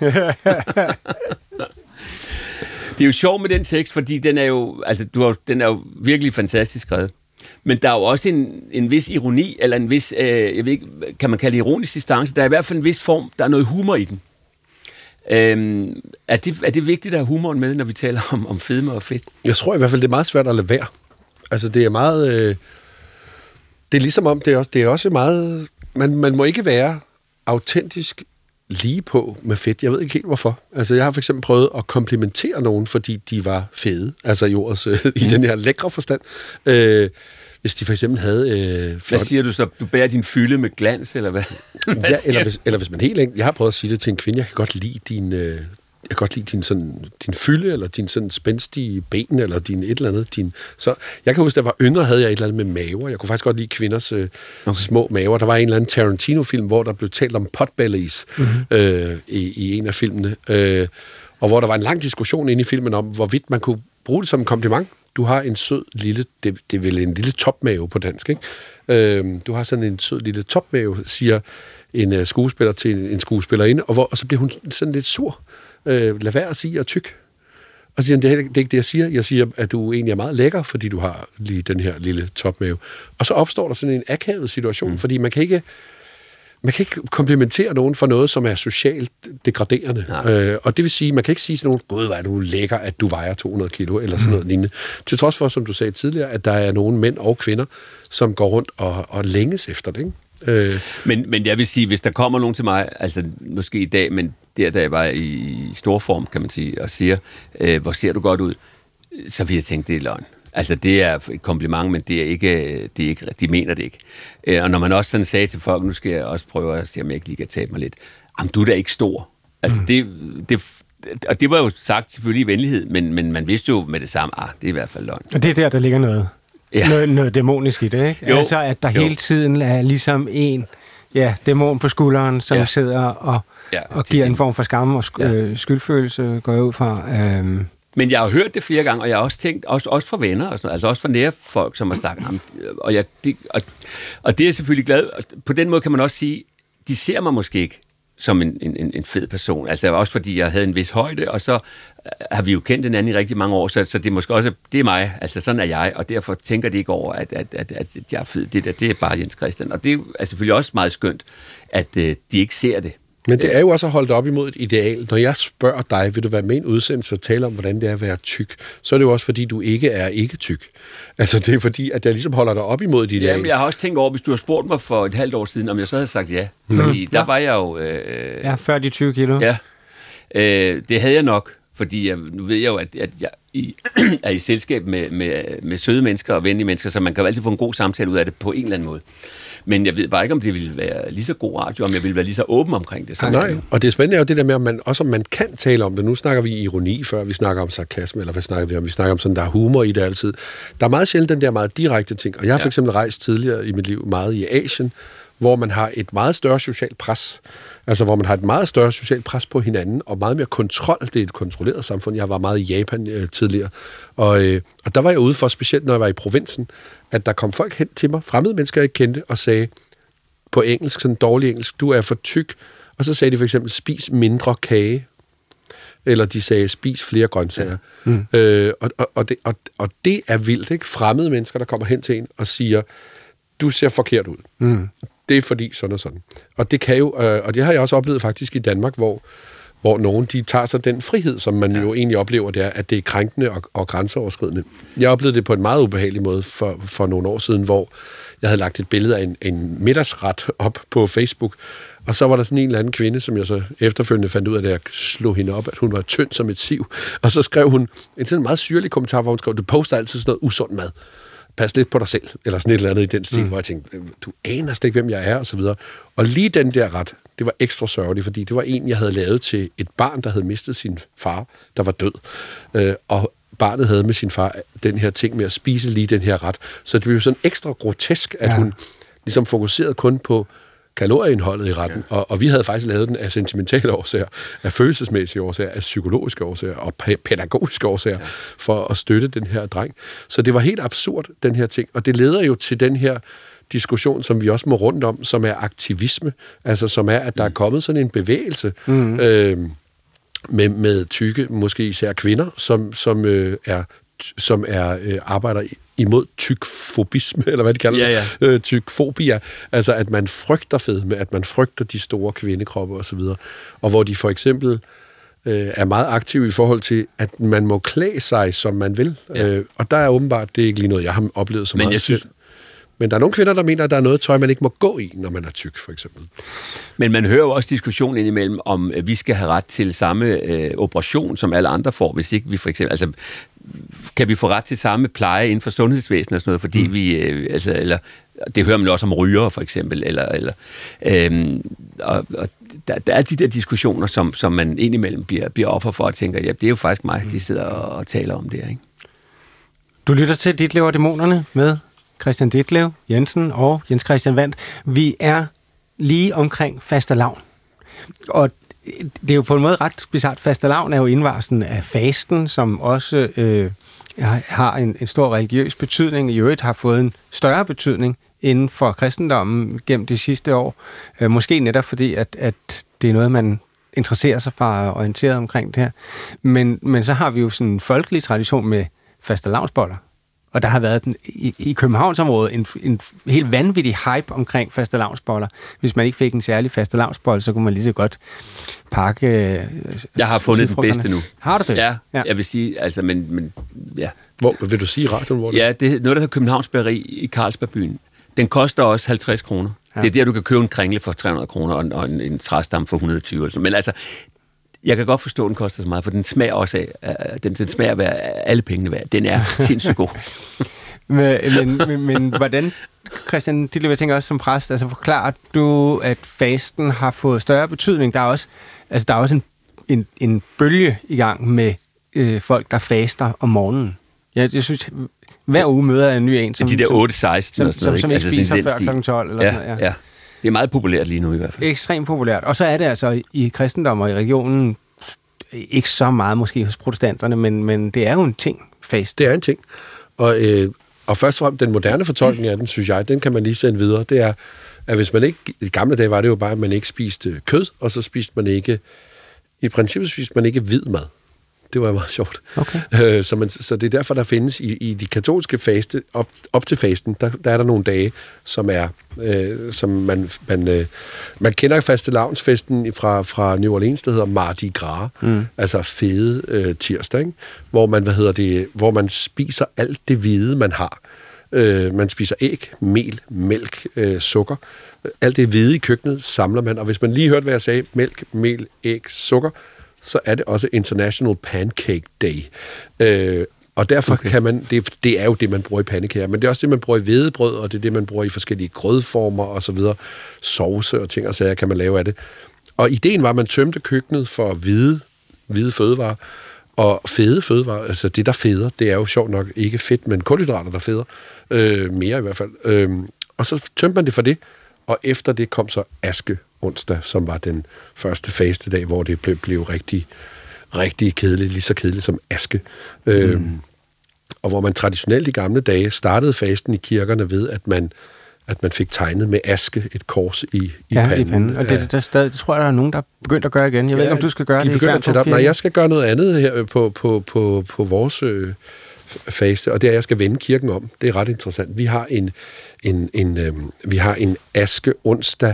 Det er jo sjovt med den tekst, fordi den er jo, altså, du har, den er jo virkelig fantastisk skrevet. Men der er jo også en, en vis ironi, eller en vis, øh, jeg ved ikke, kan man kalde det ironisk distance. Der er i hvert fald en vis form, der er noget humor i den. Øhm, er, det, er det vigtigt at have humoren med, når vi taler om, om fedme og fedt? Jeg tror i hvert fald, det er meget svært at lade være. Altså, det er meget... Øh, det er ligesom om, det er også, det er også meget... Man, man må ikke være autentisk lige på med fedt. Jeg ved ikke helt, hvorfor. Altså, jeg har for eksempel prøvet at komplimentere nogen, fordi de var fede. Altså, i ordets, øh, i mm. den her lækre forstand. Øh, hvis de for eksempel havde øh, flot... Hvad siger du så? Du bærer din fylde med glans, eller hvad? hvad ja, eller hvis, eller hvis man helt enkelt... Jeg har prøvet at sige det til en kvinde, jeg kan godt lide din... Øh, jeg kan godt lide din, sådan, din fylde, eller din sådan spændstige ben, eller din et eller andet. Din, så jeg kan huske, da jeg var yngre, havde jeg et eller andet med maver. Jeg kunne faktisk godt lide kvinders øh, okay. små maver. Der var en eller anden Tarantino-film, hvor der blev talt om potbellies mm-hmm. øh, i, i en af filmene. Øh, og hvor der var en lang diskussion inde i filmen om, hvorvidt man kunne bruge det som en kompliment. Du har en sød lille, det, det er vel en lille topmave på dansk, ikke? Øh, du har sådan en sød lille topmave, siger en uh, skuespiller til en, en skuespillerinde, og, hvor, og så bliver hun sådan lidt sur. Øh, lad være at sige, at jeg er tyk. Og så siger han, det er, det er ikke det, jeg siger. Jeg siger, at du egentlig er meget lækker, fordi du har lige den her lille topmave. Og så opstår der sådan en akavet situation, mm. fordi man kan ikke man kan ikke komplimentere nogen for noget, som er socialt degraderende. Øh, og det vil sige, man kan ikke sige til nogen, gud, hvor er du lækker, at du vejer to hundrede kilo, eller sådan noget mm. lignende. Til trods for, som du sagde tidligere, at der er nogle mænd og kvinder, som går rundt og, og længes efter det, ikke? Øh. Men, men jeg vil sige, hvis der kommer nogen til mig, altså måske i dag, men der, da jeg var i, i stor form, kan man sige, og siger, øh, hvor ser du godt ud, så vil jeg tænke, det er løgn. Altså, det er et kompliment, men det er ikke, det er ikke, de mener det ikke. Øh, og når man også sådan sagde til folk, nu skal jeg også prøve at se, om jeg ikke lige kan tabe mig lidt, jamen, du er da ikke stor. Altså, mm. det, det, og det var jo sagt selvfølgelig i venlighed, men, men man vidste jo med det samme, ah, det er i hvert fald løgn. Og det er der, der ligger noget. Ja. Noget, noget dæmonisk i det, ikke? Jo. Altså, at der jo. hele tiden er ligesom en ja, dæmon på skulderen, som ja. sidder og, ja, og giver en form for skam og sk- ja. skyldfølelse, går jeg ud fra. Øhm. Men jeg har hørt det flere gange, og jeg har også tænkt, også, også fra venner, og sådan, altså også fra nære folk, som har sagt, og, jeg, de, og, og det er jeg selvfølgelig glad. På den måde kan man også sige, de ser mig måske ikke som en, en, en fed person. Altså også fordi jeg havde en vis højde, og så har vi jo kendt hinanden i rigtig mange år, så, så det er måske også, det er mig, altså sådan er jeg, og derfor tænker de ikke over, at, at, at, at jeg er fed. Det der, det er bare Jens Christian. Og det er selvfølgelig også meget skønt, at uh, de ikke ser det. Men det er jo også at holde det op imod et ideal. Når jeg spørger dig, vil du være med i en udsendelse og tale om, hvordan det er at være tyk, så er det jo også, fordi du ikke er ikke tyk. Altså, det er fordi, at jeg ligesom holder dig op imod et ideal. Jamen, jeg har også tænkt over, hvis du har spurgt mig for et halvt år siden, om jeg så havde sagt ja. Mm. Fordi der ja. var jeg jo... Øh, ja, før de tyve kilo. Ja, øh, det havde jeg nok. Fordi jeg, nu ved jeg jo, at, at jeg i, er i selskab med, med, med søde mennesker og venlige mennesker, så man kan jo altid få en god samtale ud af det på en eller anden måde. Men jeg ved bare ikke, om det ville være lige så god radio, om jeg ville være lige så åben omkring det. Nej, og det spændende er jo det der med, at man, også om man kan tale om det. Nu snakker vi ironi, før vi snakker om sarkasme, eller hvad snakker vi om? Vi snakker om sådan, der er humor i det altid. Der er meget sjældent den der meget direkte ting, og jeg har for eksempel rejst tidligere i mit liv meget i Asien, hvor man har et meget større socialt pres. Altså, hvor man har et meget større socialt pres på hinanden, og meget mere kontrol. Det er et kontrolleret samfund. Jeg var meget i Japan øh, tidligere. Og, øh, og der var jeg ude for, specielt når jeg var i provinsen, at der kom folk hen til mig, fremmede mennesker, jeg ikke kendte, og sagde på engelsk, sådan dårlig engelsk, du er for tyk. Og så sagde de for eksempel, spis mindre kage. Eller de sagde, spis flere grøntsager. Ja. Mm. Øh, og, og, og, det, og, og det er vildt, ikke? Fremmede mennesker, der kommer hen til en og siger, du ser forkert ud. Mm. Det er fordi sådan og sådan. Og det kan jo, øh, og det har jeg også oplevet faktisk i Danmark, hvor, hvor nogen, de tager sig den frihed, som man ja. jo egentlig oplever, det er, at det er krænkende og, og grænseoverskridende. Jeg oplevede det på en meget ubehagelig måde for, for nogle år siden, hvor jeg havde lagt et billede af en, en middagsret op på Facebook, og så var der sådan en eller anden kvinde, som jeg så efterfølgende fandt ud af, at jeg slog hende op, at hun var tynd som et siv. Og så skrev hun en sådan meget syrlig kommentar, hvor hun skrev, du poster altid sådan noget usund mad. Pas lidt på dig selv, eller sådan et eller andet i den stil, mm. hvor jeg tænkte, du aner slet ikke, hvem jeg er, og så videre. Og lige den der ret, det var ekstra sørgeligt, fordi det var en, jeg havde lavet til et barn, der havde mistet sin far, der var død. Øh, og barnet havde med sin far den her ting med at spise lige den her ret. Så det blev sådan ekstra grotesk, at ja. hun ligesom fokuserede kun på kalorieindholdet i retten, ja. og, og vi havde faktisk lavet den af sentimentale årsager, af følelsesmæssige årsager, af psykologiske årsager og pædagogiske årsager, ja. for at støtte den her dreng. Så det var helt absurd, den her ting, og det leder jo til den her diskussion, som vi også må rundt om, som er aktivisme, altså som er, at der er kommet sådan en bevægelse mm. øh, med, med tykke, måske især kvinder, som, som øh, er som er øh, arbejder imod tykfobisme, eller hvad de kalder ja, ja. det, øh, tykfobia, altså at man frygter fedme, at man frygter de store kvindekroppe osv., og, og hvor de for eksempel øh, er meget aktive i forhold til, at man må klæde sig, som man vil, ja. øh, og der er åbenbart, det er ikke lige noget, jeg har oplevet så Men meget jeg synes, Men der er nogle kvinder, der mener, at der er noget tøj, man ikke må gå i, når man er tyk, for eksempel. Men man hører jo også diskussionen indimellem, om vi skal have ret til samme øh, operation, som alle andre får, hvis ikke vi for eksempel... Altså, kan vi få ret til samme pleje inden for sundhedsvæsenet og sådan noget, fordi mm. vi... Øh, altså, eller, det hører man også om rygere, for eksempel. Eller, eller, øh, og, og der, der er de der diskussioner, som, som man indimellem bliver, bliver offer for, og tænker, ja, det er jo faktisk mig, mm. de sidder og, og taler om det, ikke? Du lytter til Ditlev og Dæmonerne med Christian Ditlev Jensen og Jens Christian Wandt. Vi er lige omkring fastelavn. Og det er jo på en måde ret bizarrt. Fastelavn er jo indvarslen af fasten, som også øh, har en, en stor religiøs betydning. I øvrigt har fået en større betydning inden for kristendommen gennem de sidste år. Øh, måske netop fordi, at, at det er noget, man interesserer sig for og orienteret omkring det her. Men, men så har vi jo sådan en folkelig tradition med fastelavnsboller. Og der har været den, i, i Københavnsområdet en, en helt vanvittig hype omkring fastelavnsboller. Hvis man ikke fik en særlig fastelavnsbolle, så kunne man lige så godt pakke... Øh, jeg har fundet den bedste nu. Har du det? Ja, ja. Jeg vil sige, altså, men... men ja. Hvor, vil du sige i radioen, hvor det Ja, det er noget, der hedder Københavns Bageri i Carlsbergbyen. Den koster også halvtreds kroner. Ja. Det er der, du kan købe en kringle for tre hundrede kroner og en, og en, en træstam for et hundrede og tyve. Men altså... Jeg kan godt forstå, at den koster så meget, for den smager også af, den, den smager af alle pengene værd. Den er sindssygt god. men, men, men, men hvordan, Christian Ditlev, jeg tænker også som præst, altså forklarer du, at fasten har fået større betydning? Der er også, altså, der er også en, en, en bølge i gang med øh, folk, der faster om morgenen. Jeg, jeg synes, hver uge møder jeg en ny en, som, de der otte seksten som, som, som, som ikke altså spiser før klokken tolv. Eller ja, sådan noget, ja. ja. Det er meget populært lige nu i hvert fald. Ekstremt populært. Og så er det altså i kristendom og i regionen ikke så meget måske hos protestanterne, men, men det er jo en ting, fast. Det er en ting. Og, øh, og først og fremmest, den moderne fortolkning af den, synes jeg, den kan man lige sende videre. Det er, at hvis man ikke... I gamle dage var det jo bare, at man ikke spiste kød, og så spiste man ikke... I princippet spiste man ikke hvid mad. Det var meget sjovt. Okay. Øh, så, man, så det er derfor, der findes i, i de katolske faste, op, op til fasten, der, der er der nogle dage, som er, øh, som man, man, øh, man kender fastelavnsfesten fra, fra New Orleans, der hedder Mardi Gras, mm. altså fede øh, tirsdag, ikke? Hvor man, hvad hedder det, hvor man spiser alt det hvide, man har. Øh, man spiser æg, mel, mælk, øh, sukker. Alt det hvide i køkkenet samler man, og hvis man lige hørte, hvad jeg sagde, mælk, mel, æg, sukker, så er det også International Pancake Day. Øh, og derfor okay. kan man, det, det er jo det, man bruger i pandekager, men det er også det, man bruger i hvedebrød, og det er det, man bruger i forskellige grødformer og så videre. Sovse og ting og sager kan man lave af det. Og ideen var, at man tømte køkkenet for hvide, hvide fødevarer, og fede fødevarer, altså det, der feder, det er jo sjovt nok ikke fedt, men kulhydrater, der feder, øh, mere i hvert fald. Øh, og så tømte man det for det, og efter det kom så aske onsdag, som var den første fastedag, hvor det blev, blev rigtig, rigtig kedeligt, lige så kedeligt som aske. Mm. Øhm, og hvor man traditionelt i gamle dage startede fasten i kirkerne ved, at man, at man fik tegnet med aske et kors i, i ja, panden. i panden. Og det, der stadig, det tror jeg, der er nogen, der er begyndt at gøre igen. Jeg ved ja, ikke, om du skal gøre de det. De begynder at Nej, jeg skal gøre noget andet her på, på, på, på vores øh, faste, og det er, at jeg skal vende kirken om. Det er ret interessant. Vi har en, en, en, øh, vi har en aske onsdag,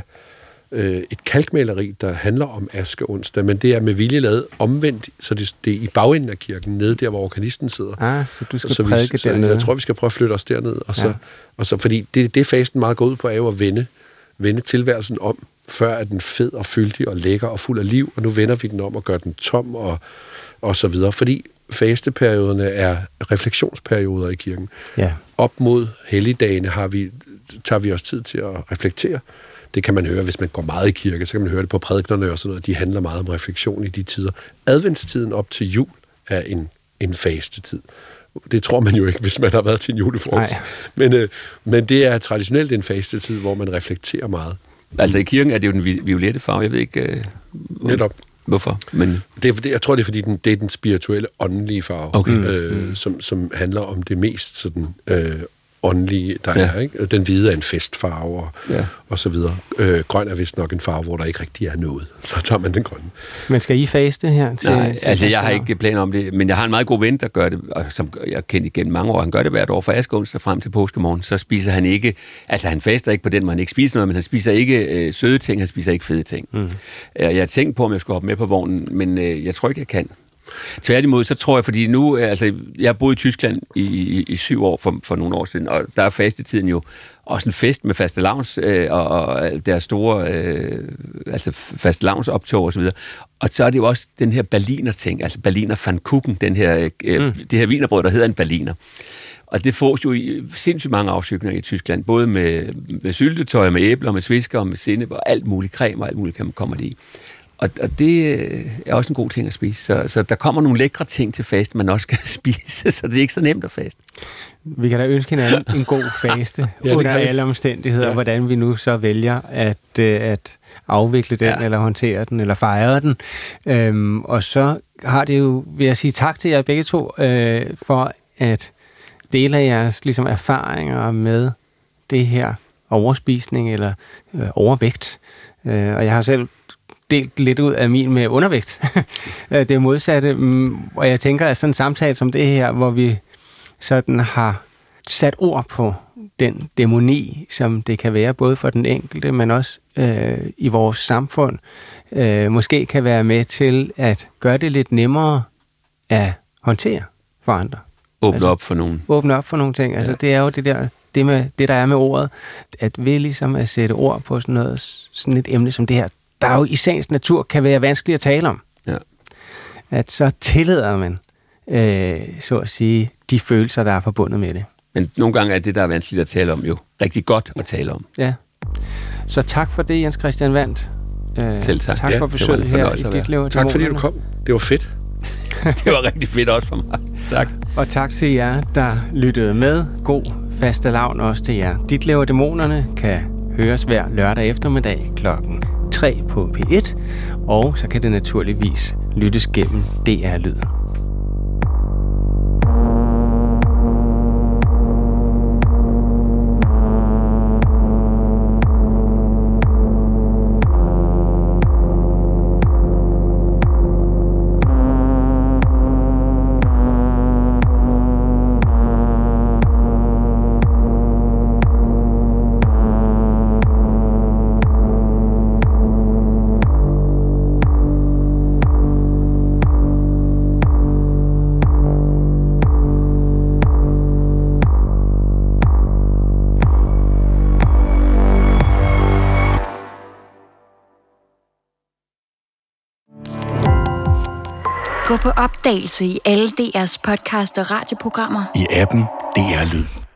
et kalkmaleri, der handler om aske onsdag, men det er med vilje lavet omvendt, så det, det er i bagenden af kirken, nede der, hvor organisten sidder. Ah, så du skal så prædike vi, så dernede. Jeg tror, vi skal prøve at flytte os derned. Og så, ja. og så, fordi det, det fasten meget går ud på, er jo at vende, vende tilværelsen om, før er den fed og fyldig og lækker og fuld af liv, og nu vender vi den om og gør den tom og, og så videre. Fordi fasteperioderne er refleksionsperioder i kirken. Ja. Op mod helligdagene har vi, tager vi os tid til at reflektere. Det kan man høre, hvis man går meget i kirke, så kan man høre det på prædiknerne og sådan noget. De handler meget om refleksion i de tider. Adventstiden op til jul er en, en fastetid. Det tror man jo ikke, hvis man har været til en julefrokost. Men, øh, men det er traditionelt en fastetid, hvor man reflekterer meget. Altså i kirken er det jo den violette farve, jeg ved ikke... Øh, Netop. Hvorfor? Men... Det er, jeg tror, det er, fordi den, det er den spirituelle, åndelige farve, okay. øh, mm. som, som handler om det mest sådan... Øh, åndelige, der ja. er, ikke? Den hvide er en festfarve, og, ja. og så videre. Øh, grøn er vist nok en farve, hvor der ikke rigtig er noget. Så tager man den grønne. Men skal I faste her? Til, Nej, til altså jeg har ikke planer om det, men jeg har en meget god ven, der gør det, og som jeg har kendt igennem mange år. Han gør det hvert år fra askeonsdag frem til påskemorgen. Så spiser han ikke, altså han faster ikke på den, hvor han ikke spiser noget, men han spiser ikke øh, søde ting, han spiser ikke fede ting. Mm. Jeg har tænkt på, om jeg skulle hoppe med på vognen, men øh, jeg tror ikke, jeg kan. Tværtimod, så tror jeg, fordi nu, altså, jeg har boet i Tyskland i, i, i syv år for, for nogle år siden, og der er fastetiden jo også en fest med fastelavns øh, og, og deres store øh, altså fastelavnsoptog og så videre. Og så er det jo også den her Berliner-ting, altså Berliner Pfannkuchen, den her, øh, mm. det her wienerbrød, der hedder en Berliner. Og det fås jo i sindssygt mange afskygninger i Tyskland, både med, med syltetøj, med æbler, med svisker, med sennep og alt muligt, creme og alt muligt kommer det i. Og, og det er også en god ting at spise. Så, så der kommer nogle lækre ting til fast, man også kan spise, så det er ikke så nemt at faste. Vi kan da ønske hinanden en god faste ja, under alle omstændigheder, ja. Hvordan vi nu så vælger at, at afvikle den, ja. Eller håndtere den, eller fejre den. Øhm, og så har det jo, vil jeg sige tak til jer begge to, øh, for at dele af jeres ligesom, erfaringer med det her overspisning eller øh, overvægt. Øh, og jeg har selv delt lidt ud af min med undervægt. Det er modsatte. Og jeg tænker, at sådan en samtale som det her, hvor vi sådan har sat ord på den dæmoni, som det kan være, både for den enkelte, men også øh, i vores samfund, øh, måske kan være med til at gøre det lidt nemmere at håndtere for andre. Åbne altså, op for nogen. Åbne op for nogle ting. Altså, ja. Det er jo det der, det, med, det, der er med ordet, at vi ligesom at sætte ord på sådan noget, sådan et emne som det her, der jo i sagens natur kan være vanskeligt at tale om. Ja. At så tillader man, øh, så at sige, de følelser, der er forbundet med det. Men nogle gange er det, der er vanskeligt at tale om, jo rigtig godt at tale om. Ja. Så tak for det, Jens Christian Wandt. Øh, Selv tak. Tak for besøget her i Dit Liv. Tak fordi du kom. Det var fedt. Det var rigtig fedt også for mig. Tak. Og tak til jer, der lyttede med. God fastelavn også til jer. Dit Liv og Dæmonerne kan høres hver lørdag eftermiddag klokken tre på P et, og så kan det naturligvis lyttes gennem D R-lyd. Gå på opdagelse i alle D R's podcast og radioprogrammer. I appen D R Lyd.